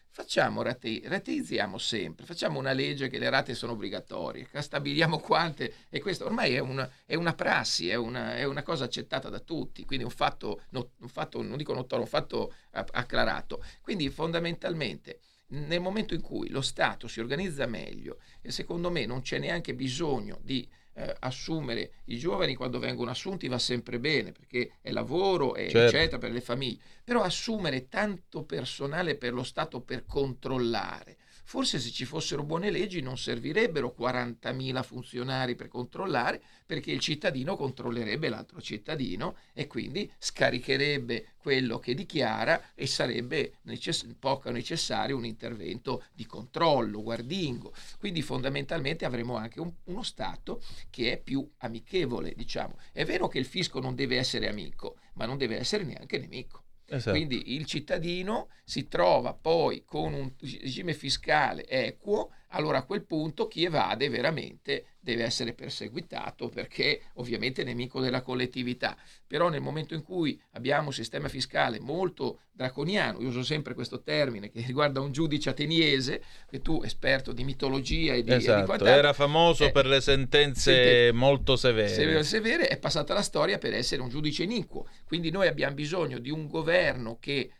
Facciamo rate, rateizziamo sempre, facciamo una legge che le rate sono obbligatorie, stabiliamo quante, e questo ormai è una, è una prassi, è una, è una cosa accettata da tutti, quindi un fatto, no, un fatto non dico notorio, un fatto acclarato. Quindi fondamentalmente nel momento in cui lo Stato si organizza meglio, e secondo me non c'è neanche bisogno di eh, assumere i giovani, quando vengono assunti va sempre bene perché è lavoro e certo. eccetera per le famiglie, però assumere tanto personale per lo Stato per controllare, forse se ci fossero buone leggi non servirebbero quarantamila funzionari per controllare, perché il cittadino controllerebbe l'altro cittadino e quindi scaricherebbe quello che dichiara e sarebbe necess- poco necessario un intervento di controllo, guardingo. Quindi fondamentalmente avremo anche un, uno Stato che è più amichevole, diciamo. È vero che il fisco non deve essere amico, ma non deve essere neanche nemico. Esatto. Quindi il cittadino si trova poi con un regime fiscale equo, allora a quel punto chi evade veramente deve essere perseguitato perché ovviamente è nemico della collettività. Però nel momento in cui abbiamo un sistema fiscale molto draconiano, io uso sempre questo termine che riguarda un giudice ateniese, che tu esperto di mitologia e di, esatto. e di quant'altro, era famoso eh, per le sentenze sente, molto severe. severe severe, è passata la storia per essere un giudice iniquo. Quindi noi abbiamo bisogno di un governo che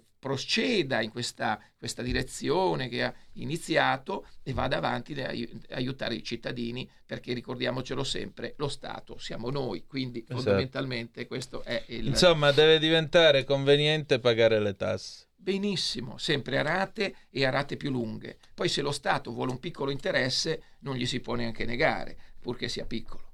proceda in questa, questa direzione che ha iniziato e vada avanti a aiutare i cittadini, perché ricordiamocelo sempre, lo Stato siamo noi, quindi esatto. fondamentalmente questo è il... Insomma, deve diventare conveniente pagare le tasse. Benissimo, sempre a rate e a rate più lunghe. Poi se lo Stato vuole un piccolo interesse non gli si può neanche negare, purché sia piccolo.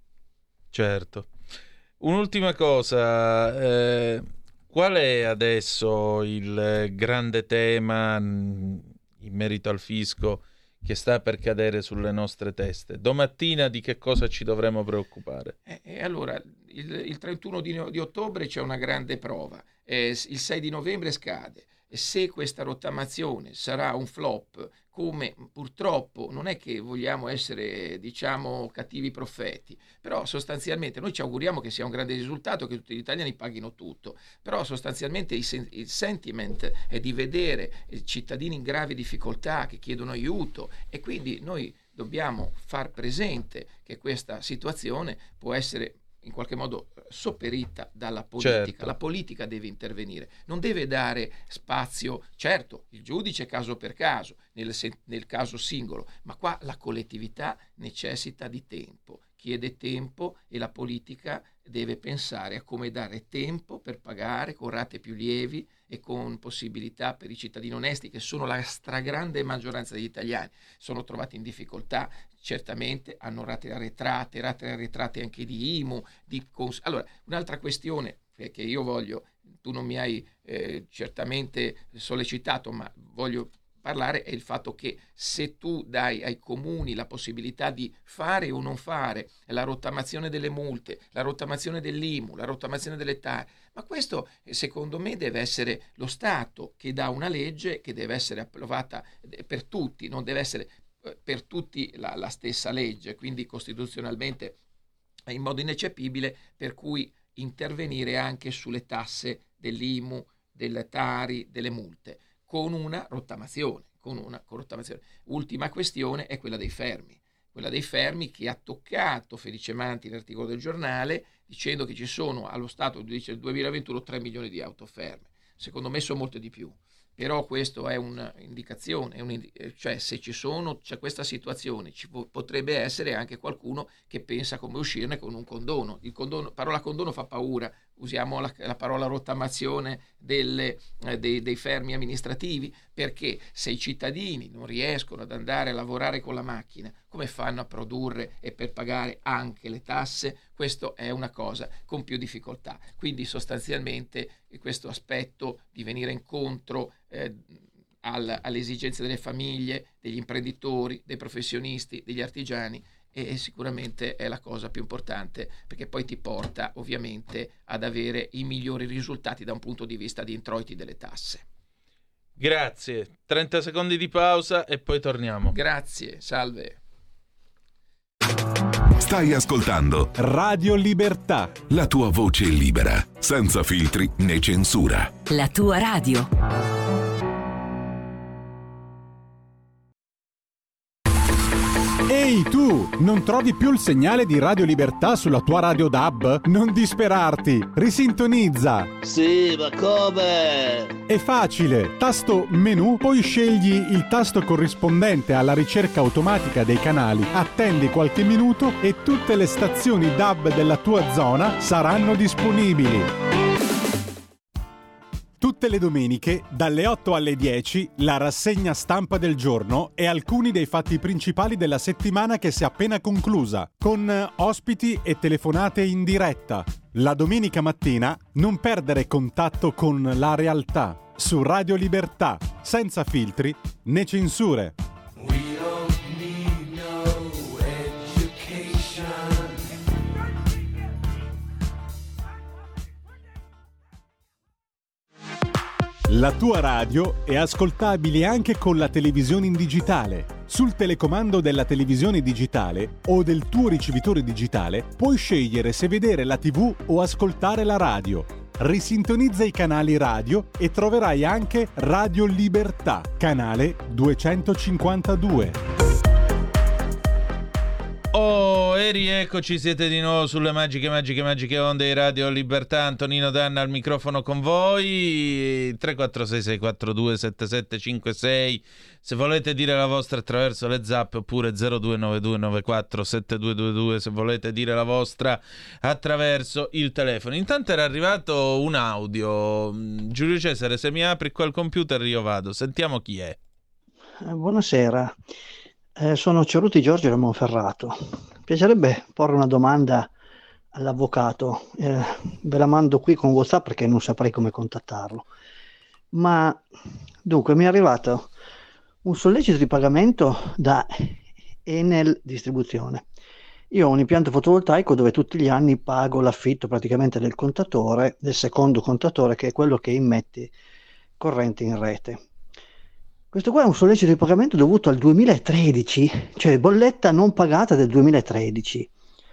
Certo. Un'ultima cosa... Eh... Qual è adesso il grande tema in merito al fisco che sta per cadere sulle nostre teste? Domattina di che cosa ci dovremo preoccupare? E eh, allora, il, il trentuno di, di ottobre c'è una grande prova, eh, il sei di novembre scade. E se questa rottamazione sarà un flop, come purtroppo non è che vogliamo essere, diciamo, cattivi profeti, però sostanzialmente noi ci auguriamo che sia un grande risultato, che tutti gli italiani paghino tutto, però sostanzialmente il, sen- il sentiment è di vedere cittadini in gravi difficoltà che chiedono aiuto, e quindi noi dobbiamo far presente che questa situazione può essere in qualche modo sopperita dalla politica. Certo. La politica deve intervenire, non deve dare spazio, certo, il giudice caso per caso, nel, nel caso singolo, ma qua la collettività necessita di tempo, chiede tempo, e la politica deve pensare a come dare tempo per pagare con rate più lievi e con possibilità per i cittadini onesti, che sono la stragrande maggioranza degli italiani, sono trovati in difficoltà, certamente hanno rate arretrate, rate arretrate anche di I M U. Di cons- allora, un'altra questione che io voglio, tu non mi hai eh, certamente sollecitato, ma voglio parlare, è il fatto che se tu dai ai comuni la possibilità di fare o non fare la rottamazione delle multe, la rottamazione dell'I M U, la rottamazione delle tasse, ma questo secondo me deve essere lo Stato che dà una legge che deve essere approvata per tutti, non deve essere per tutti la, la stessa legge, quindi costituzionalmente è in modo ineccepibile, per cui intervenire anche sulle tasse dell'I M U, delle Tari, delle multe, con una rottamazione, con una con rottamazione. Ultima questione è quella dei fermi, quella dei fermi che ha toccato Felice Manti nell'articolo del Giornale, dicendo che ci sono allo Stato, dice il duemilaventuno, tre milioni di auto ferme. Secondo me sono molte di più, però questo è un'indicazione, è un, cioè se ci sono, c'è questa situazione, ci po- potrebbe essere anche qualcuno che pensa come uscirne con un condono. Il condono, parola condono fa paura, usiamo la, la parola rottamazione delle, eh, dei, dei fermi amministrativi, perché se i cittadini non riescono ad andare a lavorare con la macchina, come fanno a produrre e per pagare anche le tasse? Questo è una cosa con più difficoltà. Quindi sostanzialmente questo aspetto di venire incontro eh, al, alle esigenze delle famiglie, degli imprenditori, dei professionisti, degli artigiani, e sicuramente è la cosa più importante, perché poi ti porta ovviamente ad avere i migliori risultati da un punto di vista di introiti delle tasse. Grazie, trenta secondi di pausa e poi torniamo. Grazie, salve. Stai ascoltando Radio Libertà, la tua voce libera, senza filtri né censura. La tua radio. Ehi tu, non trovi più il segnale di Radio Libertà sulla tua radio D A B? Non disperarti, risintonizza! Sì, ma come? È facile, tasto menu, poi scegli il tasto corrispondente alla ricerca automatica dei canali, attendi qualche minuto e tutte le stazioni D A B della tua zona saranno disponibili. Tutte le domeniche, dalle otto alle dieci, la rassegna stampa del giorno e alcuni dei fatti principali della settimana che si è appena conclusa, con ospiti e telefonate in diretta. La domenica mattina non perdere contatto con la realtà, su Radio Libertà, senza filtri né censure. La tua radio è ascoltabile anche con la televisione in digitale. Sul telecomando della televisione digitale o del tuo ricevitore digitale puoi scegliere se vedere la tivù o ascoltare la radio. Risintonizza i canali radio e troverai anche Radio Libertà, canale duecentocinquantadue. Oh, e rieccoci, siete di nuovo sulle magiche, magiche, magiche onde di Radio Libertà. Antonino Danna al microfono con voi. tre quattro sei sei quattro due sette sette cinque sei se volete dire la vostra attraverso le zappe, oppure zero due nove due nove quattro sette due due due se volete dire la vostra attraverso il telefono. Intanto era arrivato un audio. Giulio Cesare, se mi apri qua il computer io vado. Sentiamo chi è. Eh, buonasera. Eh, sono Ceruti Giorgio da Monferrato. Mi piacerebbe porre una domanda all'avvocato. Eh, ve la mando qui con WhatsApp perché non saprei come contattarlo. Ma dunque mi è arrivato un sollecito di pagamento da Enel Distribuzione. Io ho un impianto fotovoltaico dove tutti gli anni pago l'affitto praticamente del contatore, del secondo contatore, che è quello che immette corrente in rete. Questo qua è un sollecito di pagamento dovuto al duemilatredici, cioè bolletta non pagata del duemilatredici.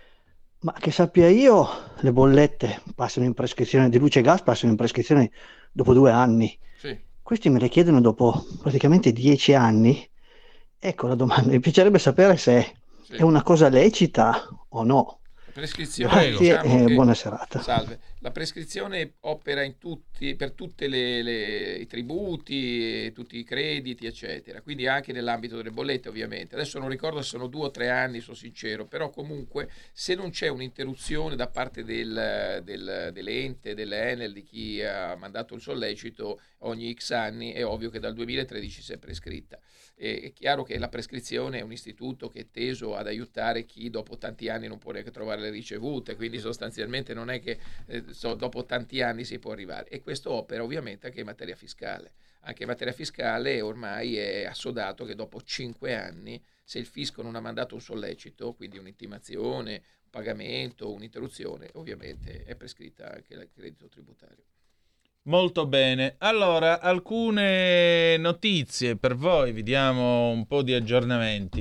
Ma che sappia io, le bollette passano in prescrizione di luce e gas, passano in prescrizione dopo due anni. Sì. Questi me le chiedono dopo praticamente dieci anni. Ecco la domanda, mi piacerebbe sapere se sì. è una cosa lecita o no. Prescrizione, Grazie diciamo e che, buona serata. Salve. La prescrizione opera in tutti, per tutti i tributi, tutti i crediti, eccetera. Quindi anche nell'ambito delle bollette, ovviamente. Adesso non ricordo se sono due o tre anni, sono sincero, però comunque se non c'è un'interruzione da parte del, del, dell'ente, dell'Enel, di chi ha mandato il sollecito ogni X anni, è ovvio che dal duemilatredici si è prescritta. È chiaro che la prescrizione è un istituto che è teso ad aiutare chi dopo tanti anni non può neanche trovare le ricevute, quindi sostanzialmente non è che eh, so, dopo tanti anni si può arrivare, e questo opera ovviamente anche in materia fiscale. Anche in materia fiscale ormai è assodato che dopo cinque anni, se il fisco non ha mandato un sollecito, quindi un'intimazione, un pagamento, un'interruzione, ovviamente è prescritta anche il credito tributario. Molto bene, allora alcune notizie per voi, vi diamo un po' di aggiornamenti.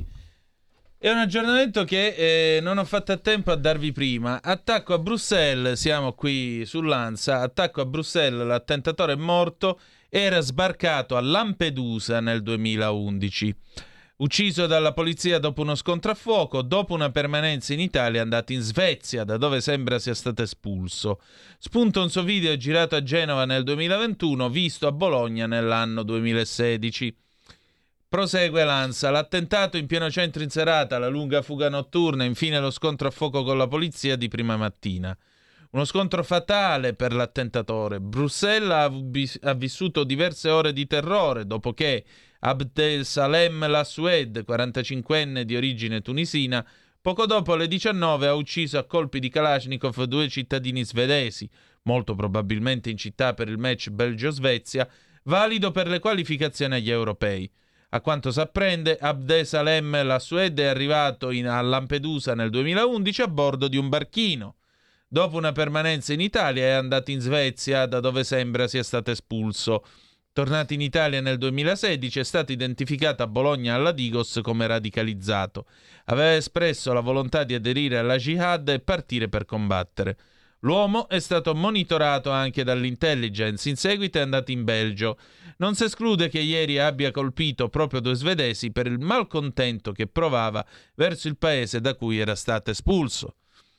È un aggiornamento che eh, non ho fatto a tempo a darvi prima. Attacco a Bruxelles, siamo qui sull'Ansa, attacco a Bruxelles, l'attentatore è morto, era sbarcato a Lampedusa nel duemilaundici. Ucciso dalla polizia dopo uno scontro a fuoco, dopo una permanenza in Italia è andato in Svezia, da dove sembra sia stato espulso. Spunta un suo video girato a Genova nel duemilaventuno, visto a Bologna nell'anno duemilasedici. Prosegue l'Ansa, l'attentato in pieno centro in serata, la lunga fuga notturna, infine lo scontro a fuoco con la polizia di prima mattina. Uno scontro fatale per l'attentatore. Bruxelles ha, vis- ha vissuto diverse ore di terrore dopo che Abdesalem Lassued, quarantacinquenne di origine tunisina, poco dopo le diciannove ha ucciso a colpi di Kalashnikov due cittadini svedesi, molto probabilmente in città per il match Belgio-Svezia, valido per le qualificazioni agli europei. A quanto si apprende, Abdesalem Lassued è arrivato in, a Lampedusa nel duemilaundici a bordo di un barchino. Dopo una permanenza in Italia è andato in Svezia, da dove sembra sia stato espulso. Tornato in Italia nel duemilasedici, è stato identificato a Bologna alla Digos come radicalizzato. Aveva espresso la volontà di aderire alla jihad e partire per combattere. L'uomo è stato monitorato anche dall'intelligence, in seguito è andato in Belgio. Non si esclude che ieri abbia colpito proprio due svedesi per il malcontento che provava verso il paese da cui era stato espulso.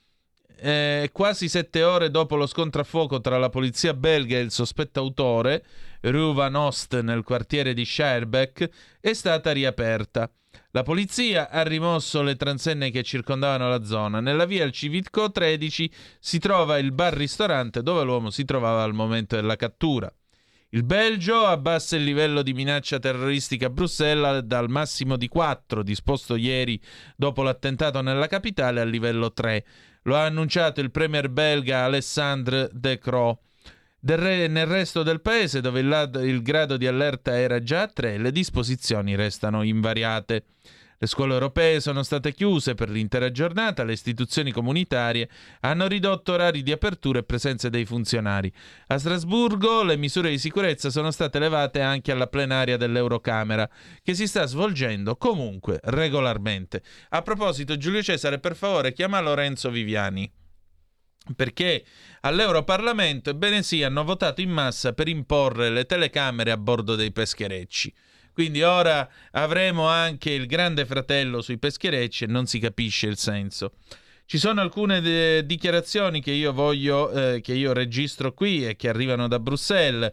Eh, quasi sette ore dopo lo scontro a fuoco tra la polizia belga e il sospetto autore, Rue Van Oost nel quartiere di Schaerbeek, è stata riaperta. La polizia ha rimosso le transenne che circondavano la zona. Nella via Il Civitco tredici si trova il bar-ristorante dove l'uomo si trovava al momento della cattura. Il Belgio abbassa il livello di minaccia terroristica a Bruxelles dal massimo di quattro, disposto ieri dopo l'attentato nella capitale, al livello tre. Lo ha annunciato il premier belga Alexandre De Croo. Del re, nel resto del paese, dove il, lad, il grado di allerta era già a tre, le disposizioni restano invariate. Le scuole europee sono state chiuse per l'intera giornata, le istituzioni comunitarie hanno ridotto orari di apertura e presenze dei funzionari. A Strasburgo le misure di sicurezza sono state elevate anche alla plenaria dell'Eurocamera, che si sta svolgendo comunque regolarmente. A proposito, Giulio Cesare, per favore, chiama Lorenzo Viviani, perché all'Europarlamento, ebbene sì, hanno votato in massa per imporre le telecamere a bordo dei pescherecci. Quindi ora avremo anche il Grande Fratello sui pescherecci e non si capisce il senso. Ci sono alcune de- dichiarazioni che io voglio, eh, che io registro qui e che arrivano da Bruxelles.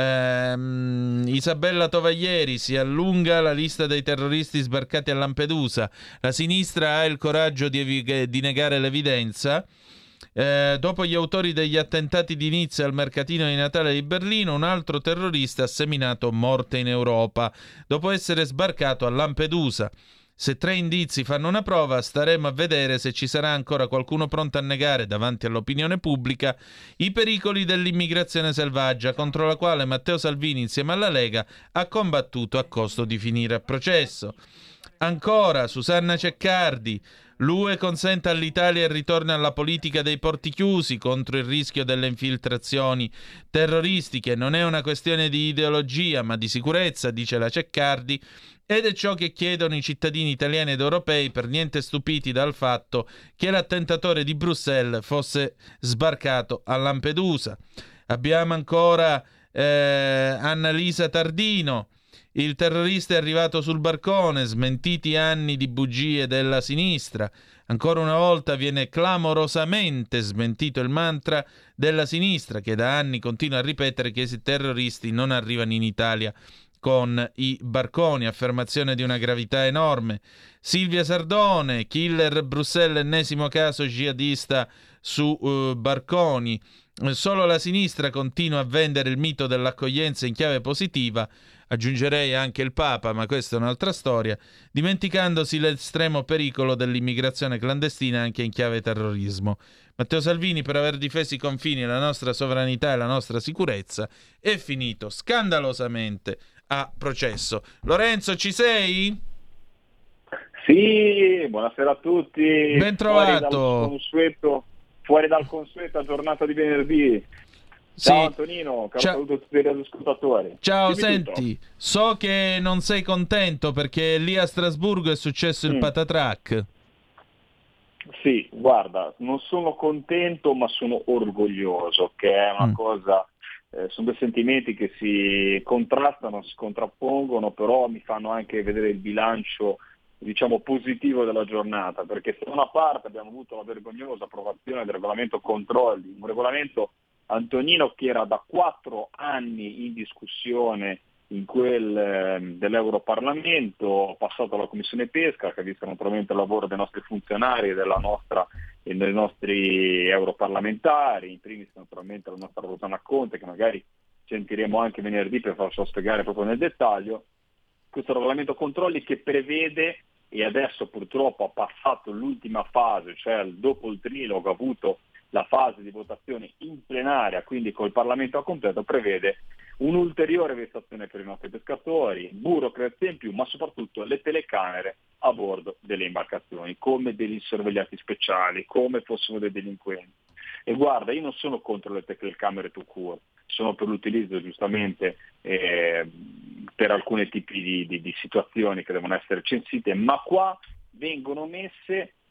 Ehm, Isabella Tovaglieri: si allunga la lista dei terroristi sbarcati a Lampedusa. La sinistra ha il coraggio di, ev- di negare l'evidenza. Eh, dopo gli autori degli attentati di Nizza al mercatino di Natale di Berlino, un altro terrorista ha seminato morte in Europa dopo essere sbarcato a Lampedusa. Se tre indizi fanno una prova, staremo a vedere se ci sarà ancora qualcuno pronto a negare davanti all'opinione pubblica i pericoli dell'immigrazione selvaggia, contro la quale Matteo Salvini insieme alla Lega ha combattuto a costo di finire a processo. Ancora Susanna Ceccardi: l'U E consente all'Italia il ritorno alla politica dei porti chiusi contro il rischio delle infiltrazioni terroristiche. Non è una questione di ideologia ma di sicurezza, dice la Ceccardi, ed è ciò che chiedono i cittadini italiani ed europei, per niente stupiti dal fatto che l'attentatore di Bruxelles fosse sbarcato a Lampedusa. Abbiamo ancora eh, Annalisa Tardino: il terrorista è arrivato sul barcone, smentiti anni di bugie della sinistra. Ancora una volta viene clamorosamente smentito il mantra della sinistra, che da anni continua a ripetere che i terroristi non arrivano in Italia con i barconi, affermazione di una gravità enorme. Silvia Sardone: killer Bruxelles, ennesimo caso jihadista su uh, barconi. Solo la sinistra continua a vendere il mito dell'accoglienza in chiave positiva. Aggiungerei anche il Papa, ma questa è un'altra storia, dimenticandosi l'estremo pericolo dell'immigrazione clandestina anche in chiave terrorismo. Matteo Salvini, per aver difeso i confini, la nostra sovranità e la nostra sicurezza, è finito scandalosamente a processo. Lorenzo, ci sei? Sì, buonasera a tutti. Ben trovato. Fuori dal consueto, fuori dal consueta giornata di venerdì. Ciao sì. Antonino, caro, saluto a tutti gli ascoltatori. Ciao, Dimmi senti, tutto. So che non sei contento perché lì a Strasburgo è successo mm. il patatrack. Sì, guarda, non sono contento ma sono orgoglioso, che è una mm. cosa, eh, sono due sentimenti che si contrastano, si contrappongono, però mi fanno anche vedere il bilancio, diciamo, positivo della giornata, perché se da una parte abbiamo avuto la vergognosa approvazione del regolamento controlli, un regolamento, Antonino, che era da quattro anni in discussione in quel eh, dell'Europarlamento, passato alla Commissione Pesca, che ha visto naturalmente il lavoro dei nostri funzionari e della nostra e dei nostri europarlamentari, in primis naturalmente la nostra Rosanna Conte, che magari sentiremo anche venerdì per farci spiegare proprio nel dettaglio. Questo regolamento controlli che prevede, e adesso purtroppo ha passato l'ultima fase, cioè dopo il trilogo ha avuto la fase di votazione in plenaria, quindi col Parlamento a completo, prevede un'ulteriore vessazione per i nostri pescatori, burocrazia in più, ma soprattutto le telecamere a bordo delle imbarcazioni, come degli sorvegliati speciali, come fossero dei delinquenti. E guarda, io non sono contro le telecamere tout court, sono per l'utilizzo giustamente eh, per alcuni tipi di, di, di situazioni che devono essere censite, ma qua vengono messe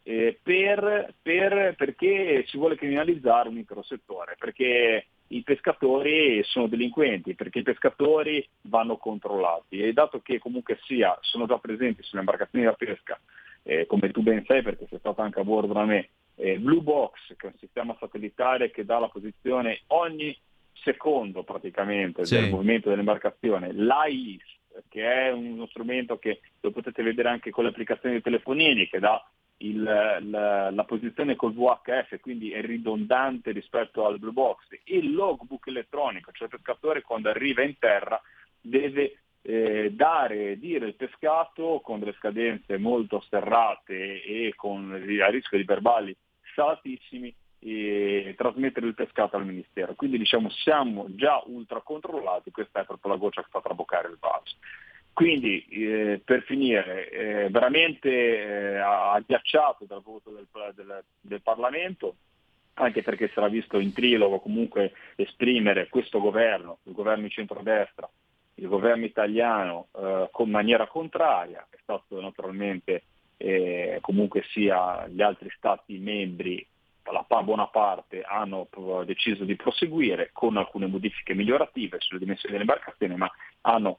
eh, per, per, perché si vuole criminalizzare un intero settore, perché i pescatori sono delinquenti, perché i pescatori vanno controllati e dato che comunque sia sono già presenti sulle imbarcazioni da pesca, eh, come tu ben sai perché sei stato anche a bordo da me, eh, Blue Box, che è un sistema satellitare che dà la posizione ogni secondo praticamente sì. del movimento dell'imbarcazione, l'A I S, che è uno strumento che lo potete vedere anche con le applicazioni dei telefonini, che dà Il, la, la posizione col V H F, quindi è ridondante rispetto al Blue Box, il logbook elettronico, cioè il pescatore quando arriva in terra deve eh, dare, dire il pescato con delle scadenze molto serrate e con a rischio di verbali salatissimi e trasmettere il pescato al ministero. Quindi diciamo siamo già ultra controllati, questa è proprio la goccia che fa traboccare il vaso. Quindi eh, per finire, eh, veramente eh, agghiacciato dal voto del, del, del Parlamento, anche perché sarà visto in trilogo comunque esprimere questo governo, il governo di centrodestra, il governo italiano eh, con maniera contraria, è stato naturalmente eh, comunque sia gli altri stati membri, la buona parte hanno deciso di proseguire con alcune modifiche migliorative sulle dimensioni delle imbarcazioni, ma hanno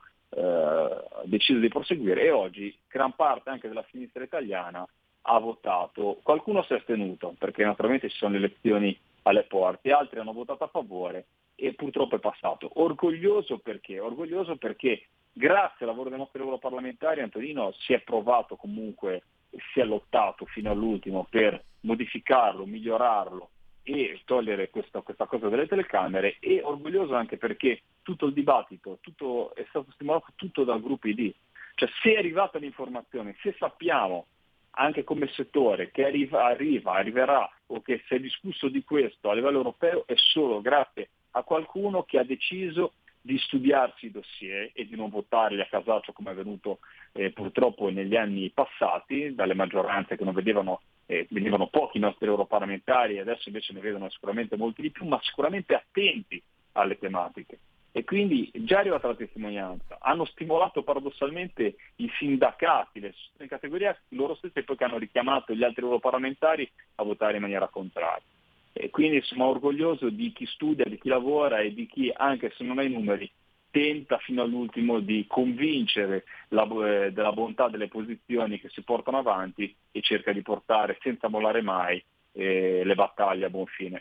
Uh, deciso di proseguire e oggi gran parte anche della sinistra italiana ha votato, qualcuno si è astenuto perché naturalmente ci sono le elezioni alle porte, altri hanno votato a favore e purtroppo è passato. Orgoglioso perché? Orgoglioso perché grazie al lavoro dei nostri europarlamentari Antonino si è provato comunque, si è lottato fino all'ultimo per modificarlo, migliorarlo e togliere questa, questa cosa delle telecamere, e orgoglioso anche perché tutto il dibattito tutto, è stato stimolato tutto dal gruppo I D, cioè se è arrivata l'informazione, se sappiamo anche come settore che arriva, arriva, arriverà o che si è discusso di questo a livello europeo è solo grazie a qualcuno che ha deciso di studiarsi i dossier e di non votarli a casaccio come è avvenuto eh, purtroppo negli anni passati dalle maggioranze che non vedevano Eh, venivano pochi i nostri europarlamentari e adesso invece ne vedono sicuramente molti di più, ma sicuramente attenti alle tematiche. E quindi già è arrivata la testimonianza, hanno stimolato paradossalmente i sindacati, le categorie, loro stessi poi che hanno richiamato gli altri europarlamentari a votare in maniera contraria. E quindi sono orgoglioso di chi studia, di chi lavora e di chi, anche se non ha i numeri, tenta fino all'ultimo di convincere la, eh, della bontà delle posizioni che si portano avanti e cerca di portare senza mollare mai eh, le battaglie a buon fine.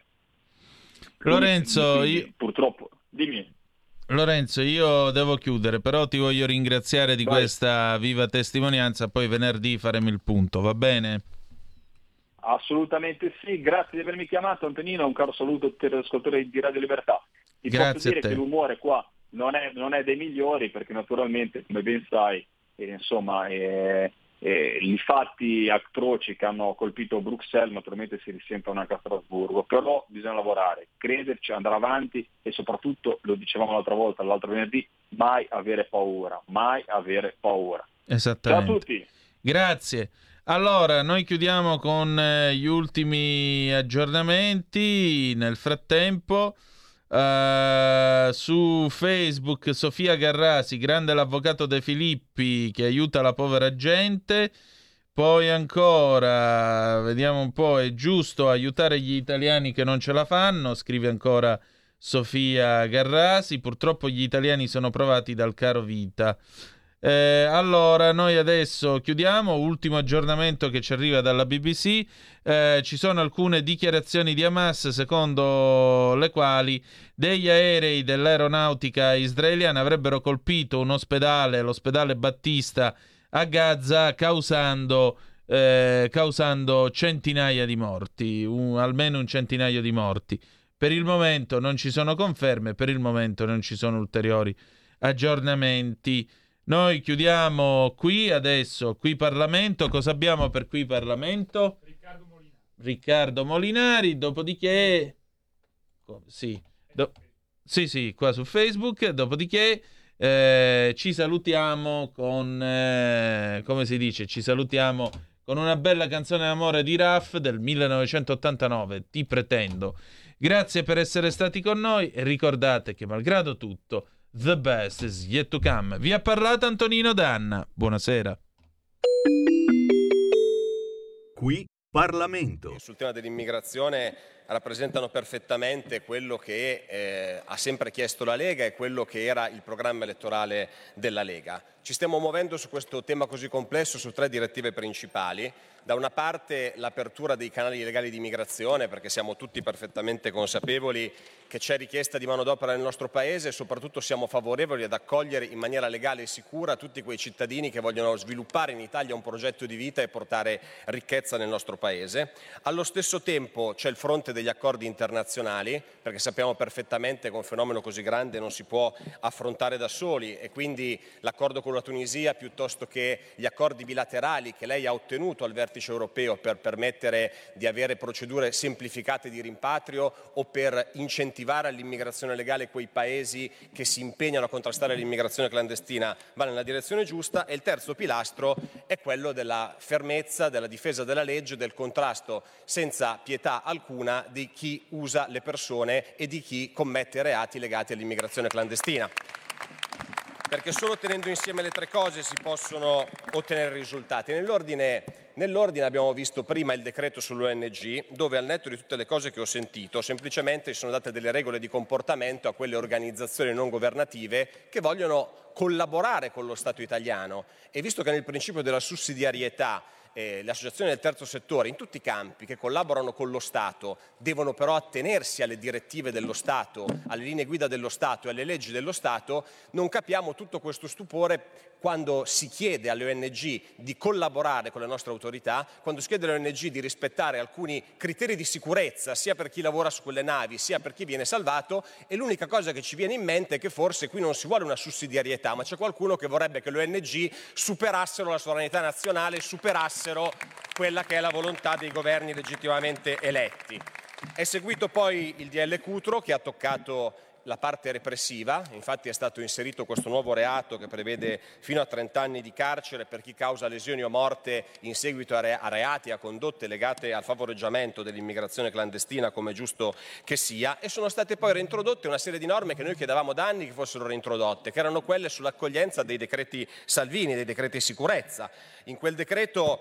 Lorenzo, quindi, io... purtroppo, dimmi. Lorenzo, io devo chiudere, però ti voglio ringraziare di Vai. questa viva testimonianza, poi venerdì faremo il punto, va bene? Assolutamente sì, grazie di avermi chiamato Antonino, un caro saluto a tutti gli ascoltatori di Radio Libertà. Ti Grazie posso dire a te. che l'umore qua non è, non è dei migliori perché naturalmente, come ben sai, eh, insomma, eh, eh, i fatti atroci che hanno colpito Bruxelles naturalmente si risentono anche a Strasburgo, però bisogna lavorare, crederci, andare avanti e soprattutto, lo dicevamo l'altra volta, l'altro venerdì, mai avere paura, mai avere paura. Esattamente. Ciao a tutti. Grazie. Allora, noi chiudiamo con eh, gli ultimi aggiornamenti. Nel frattempo, uh, su Facebook, Sofia Garrasi, grande l'avvocato De Filippi che aiuta la povera gente. Poi ancora, vediamo un po', è giusto aiutare gli italiani che non ce la fanno, scrive ancora Sofia Garrasi. Purtroppo gli italiani sono provati dal caro vita. Eh, allora, noi adesso chiudiamo. Ultimo aggiornamento che ci arriva dalla B B C. Eh, ci sono alcune dichiarazioni di Hamas secondo le quali degli aerei dell'aeronautica israeliana avrebbero colpito un ospedale, l'ospedale Battista a Gaza, causando, eh, causando centinaia di morti, un, almeno un centinaio di morti. Per il momento non ci sono conferme, per il momento non ci sono ulteriori aggiornamenti. Noi chiudiamo qui adesso, qui Parlamento. Cosa abbiamo per qui Parlamento? Riccardo Molinari. Riccardo Molinari, dopodiché... Sì, do... sì, sì, qua su Facebook, dopodiché eh, ci salutiamo con... Eh, come si dice? Ci salutiamo con una bella canzone d'amore di Raff del millenovecentottantanove, Ti pretendo. Grazie per essere stati con noi e ricordate che malgrado tutto... The best is yet to come. Vi ha parlato Antonino Danna. Buonasera. Qui Parlamento. Sul tema dell'immigrazione rappresentano perfettamente quello che eh, ha sempre chiesto la Lega e quello che era il programma elettorale della Lega. Ci stiamo muovendo su questo tema così complesso su tre direttive principali. Da una parte l'apertura dei canali legali di immigrazione, perché siamo tutti perfettamente consapevoli che c'è richiesta di manodopera nel nostro Paese e soprattutto siamo favorevoli ad accogliere in maniera legale e sicura tutti quei cittadini che vogliono sviluppare in Italia un progetto di vita e portare ricchezza nel nostro Paese. Allo stesso tempo c'è il fronte degli accordi internazionali, perché sappiamo perfettamente che un fenomeno così grande non si può affrontare da soli e quindi l'accordo con la Tunisia piuttosto che gli accordi bilaterali che lei ha ottenuto al vertice europeo per permettere di avere procedure semplificate di rimpatrio o per incentivare l'immigrazione legale quei paesi che si impegnano a contrastare l'immigrazione clandestina va nella direzione giusta. E il terzo pilastro è quello della fermezza, della difesa della legge, del contrasto senza pietà alcuna di chi usa le persone e di chi commette reati legati all'immigrazione clandestina. Perché solo tenendo insieme le tre cose si possono ottenere risultati. Nell'ordine, nell'ordine abbiamo visto prima il decreto sull'O N G, dove al netto di tutte le cose che ho sentito, semplicemente sono date delle regole di comportamento a quelle organizzazioni non governative che vogliono collaborare con lo Stato italiano. E visto che nel principio della sussidiarietà Eh, le associazioni del terzo settore in tutti i campi che collaborano con lo Stato devono però attenersi alle direttive dello Stato, alle linee guida dello Stato e alle leggi dello Stato, non capiamo tutto questo stupore quando si chiede alle O N G di collaborare con le nostre autorità, quando si chiede alle O N G di rispettare alcuni criteri di sicurezza sia per chi lavora su quelle navi sia per chi viene salvato, e l'unica cosa che ci viene in mente è che forse qui non si vuole una sussidiarietà, ma c'è qualcuno che vorrebbe che le O N G superassero la sovranità nazionale, superassero quella che è la volontà dei governi legittimamente eletti. È seguito poi il D L Cutro, che ha toccato la parte repressiva, infatti è stato inserito questo nuovo reato che prevede fino a trenta anni di carcere per chi causa lesioni o morte in seguito a, re- a reati e a condotte legate al favoreggiamento dell'immigrazione clandestina, come è giusto che sia, e sono state poi reintrodotte una serie di norme che noi chiedevamo da anni che fossero reintrodotte, che erano quelle sull'accoglienza dei decreti Salvini, dei decreti sicurezza. In quel decreto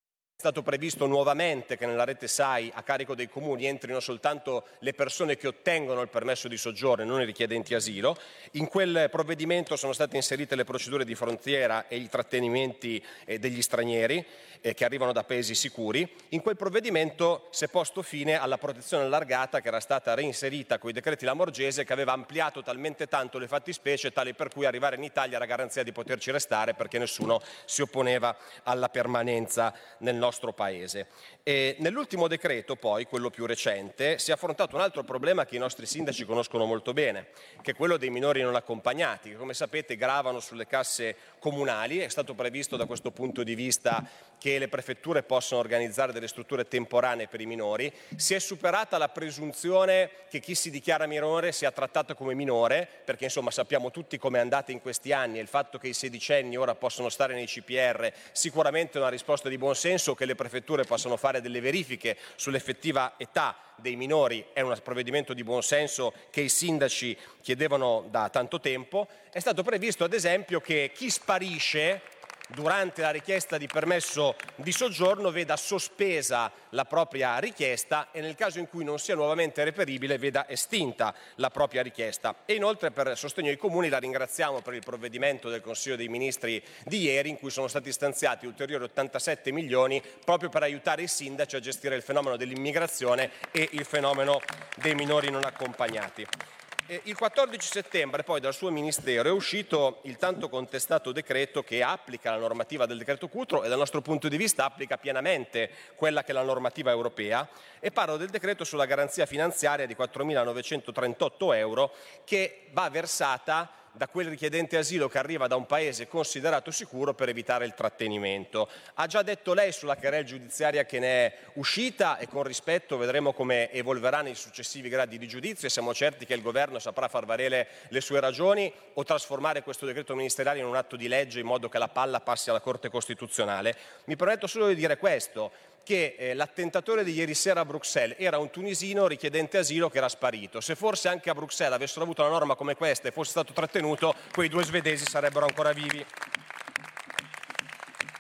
è stato previsto nuovamente che nella rete S A I a carico dei comuni entrino soltanto le persone che ottengono il permesso di soggiorno e non i richiedenti asilo. In quel provvedimento sono state inserite le procedure di frontiera e i trattenimenti eh, degli stranieri eh, che arrivano da paesi sicuri. In quel provvedimento si è posto fine alla protezione allargata che era stata reinserita con i decreti Lamorgese, che aveva ampliato talmente tanto le fattispecie tali per cui arrivare in Italia era garanzia di poterci restare perché nessuno si opponeva alla permanenza nel nostro nostro Paese. E nell'ultimo decreto, poi, quello più recente, si è affrontato un altro problema che i nostri sindaci conoscono molto bene, che è quello dei minori non accompagnati, che come sapete gravano sulle casse comunali. È stato previsto da questo punto di vista che le prefetture possano organizzare delle strutture temporanee per i minori. Si è superata la presunzione che chi si dichiara minore sia trattato come minore, perché insomma sappiamo tutti come è andata in questi anni, e il fatto che i sedicenni ora possono stare nei C P R sicuramente è una risposta di buon senso. Che le prefetture possano fare delle verifiche sull'effettiva età dei minori è un provvedimento di buon senso che i sindaci chiedevano da tanto tempo. È stato previsto ad esempio che chi sparisce durante la richiesta di permesso di soggiorno veda sospesa la propria richiesta e nel caso in cui non sia nuovamente reperibile veda estinta la propria richiesta. E inoltre, per sostegno ai comuni, la ringraziamo per il provvedimento del Consiglio dei Ministri di ieri, in cui sono stati stanziati ulteriori ottantasette milioni proprio per aiutare i sindaci a gestire il fenomeno dell'immigrazione e il fenomeno dei minori non accompagnati. Il quattordici settembre poi dal suo Ministero è uscito il tanto contestato decreto che applica la normativa del decreto Cutro e dal nostro punto di vista applica pienamente quella che è la normativa europea, e parlo del decreto sulla garanzia finanziaria di quattromilanovecentotrentotto euro che va versata da quel richiedente asilo che arriva da un paese considerato sicuro per evitare il trattenimento. Ha già detto lei sulla querela giudiziaria che ne è uscita e con rispetto vedremo come evolverà nei successivi gradi di giudizio, e siamo certi che il governo saprà far valere le sue ragioni o trasformare questo decreto ministeriale in un atto di legge in modo che la palla passi alla Corte Costituzionale. Mi permetto solo di dire questo, che eh, l'attentatore di ieri sera a Bruxelles era un tunisino richiedente asilo che era sparito. Se forse anche a Bruxelles avessero avuto una norma come questa e fosse stato trattenuto, quei due svedesi sarebbero ancora vivi.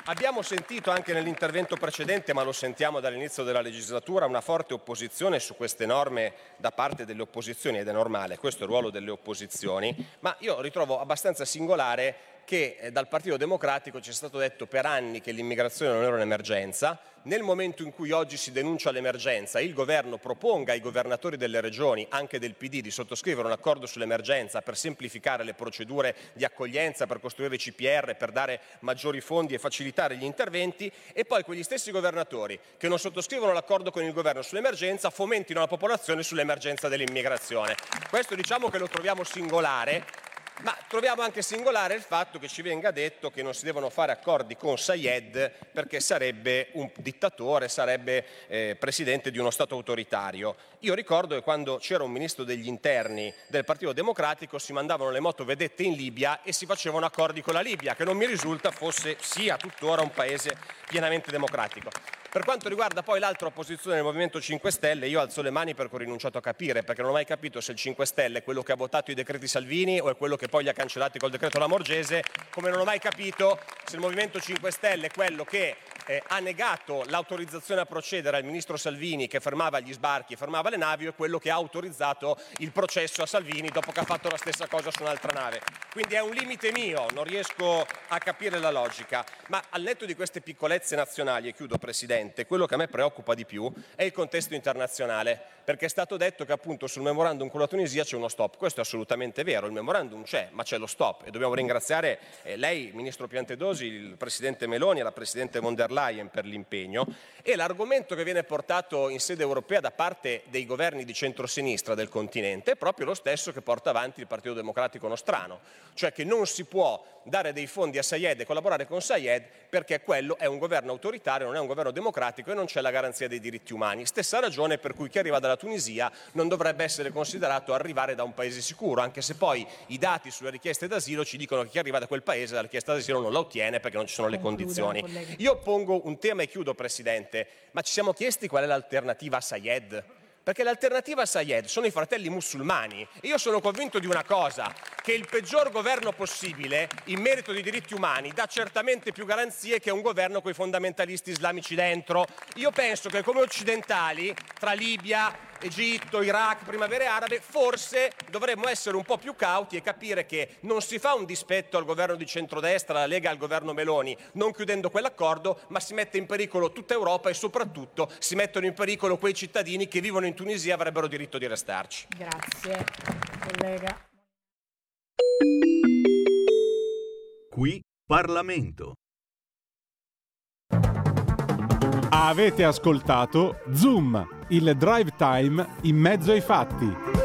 Abbiamo sentito anche nell'intervento precedente, ma lo sentiamo dall'inizio della legislatura, una forte opposizione su queste norme da parte delle opposizioni, ed è normale, questo è il ruolo delle opposizioni, ma io ritrovo abbastanza singolare che eh, dal Partito Democratico ci è stato detto per anni che l'immigrazione non era un'emergenza. Nel momento in cui oggi si denuncia l'emergenza, il governo proponga ai governatori delle regioni, anche del P D, di sottoscrivere un accordo sull'emergenza per semplificare le procedure di accoglienza, per costruire i C P R, per dare maggiori fondi e facilitare gli interventi, e poi quegli stessi governatori che non sottoscrivono l'accordo con il governo sull'emergenza fomentino la popolazione sull'emergenza dell'immigrazione. Questo diciamo che lo troviamo singolare. Ma troviamo anche singolare il fatto che ci venga detto che non si devono fare accordi con Sayed perché sarebbe un dittatore, sarebbe eh, presidente di uno Stato autoritario. Io ricordo che quando c'era un ministro degli interni del Partito Democratico si mandavano le motovedette in Libia e si facevano accordi con la Libia, che non mi risulta fosse sia tuttora un paese pienamente democratico. Per quanto riguarda poi l'altra opposizione del Movimento cinque Stelle, io alzo le mani perché ho rinunciato a capire, perché non ho mai capito se il cinque Stelle è quello che ha votato i decreti Salvini o è quello che poi li ha cancellati col decreto Lamorgese, come non ho mai capito se il Movimento cinque Stelle è quello che eh, ha negato l'autorizzazione a procedere al ministro Salvini che fermava gli sbarchi e fermava le navi, o è quello che ha autorizzato il processo a Salvini dopo che ha fatto la stessa cosa su un'altra nave. Quindi è un limite mio, non riesco a capire la logica. Ma al netto di queste piccolezze nazionali, e chiudo Presidente, quello che a me preoccupa di più è il contesto internazionale, perché è stato detto che appunto sul memorandum con la Tunisia c'è uno stop. Questo è assolutamente vero, il memorandum c'è, ma c'è lo stop, e dobbiamo ringraziare eh, lei, Ministro Piantedosi, il Presidente Meloni e la Presidente von der Leyen per l'impegno. E l'argomento che viene portato in sede europea da parte dei governi di centrosinistra del continente è proprio lo stesso che porta avanti il Partito Democratico nostrano, cioè che non si può dare dei fondi a Sayed e collaborare con Sayed perché quello è un governo autoritario, non è un governo democratico e non c'è la garanzia dei diritti umani. Stessa ragione per cui chi arriva dalla Tunisia non dovrebbe essere considerato arrivare da un paese sicuro, anche se poi i dati sulle richieste d'asilo ci dicono che chi arriva da quel paese la richiesta d'asilo non la ottiene perché non ci sono le condizioni. Io pongo un tema e chiudo, Presidente, ma ci siamo chiesti qual è l'alternativa a Sayed? Perché l'alternativa a Sayed sono i fratelli musulmani. E io sono convinto di una cosa, che il peggior governo possibile in merito di diritti umani dà certamente più garanzie che un governo con i fondamentalisti islamici dentro. Io penso che come occidentali, tra Libia, Egitto, Iraq, primavere arabe, forse dovremmo essere un po' più cauti e capire che non si fa un dispetto al governo di centrodestra, alla Lega, al governo Meloni, non chiudendo quell'accordo, ma si mette in pericolo tutta Europa e soprattutto si mettono in pericolo quei cittadini che vivono in Tunisia e avrebbero diritto di restarci. Grazie, collega. Qui Parlamento. Avete ascoltato Zoom, il drive time in mezzo ai fatti.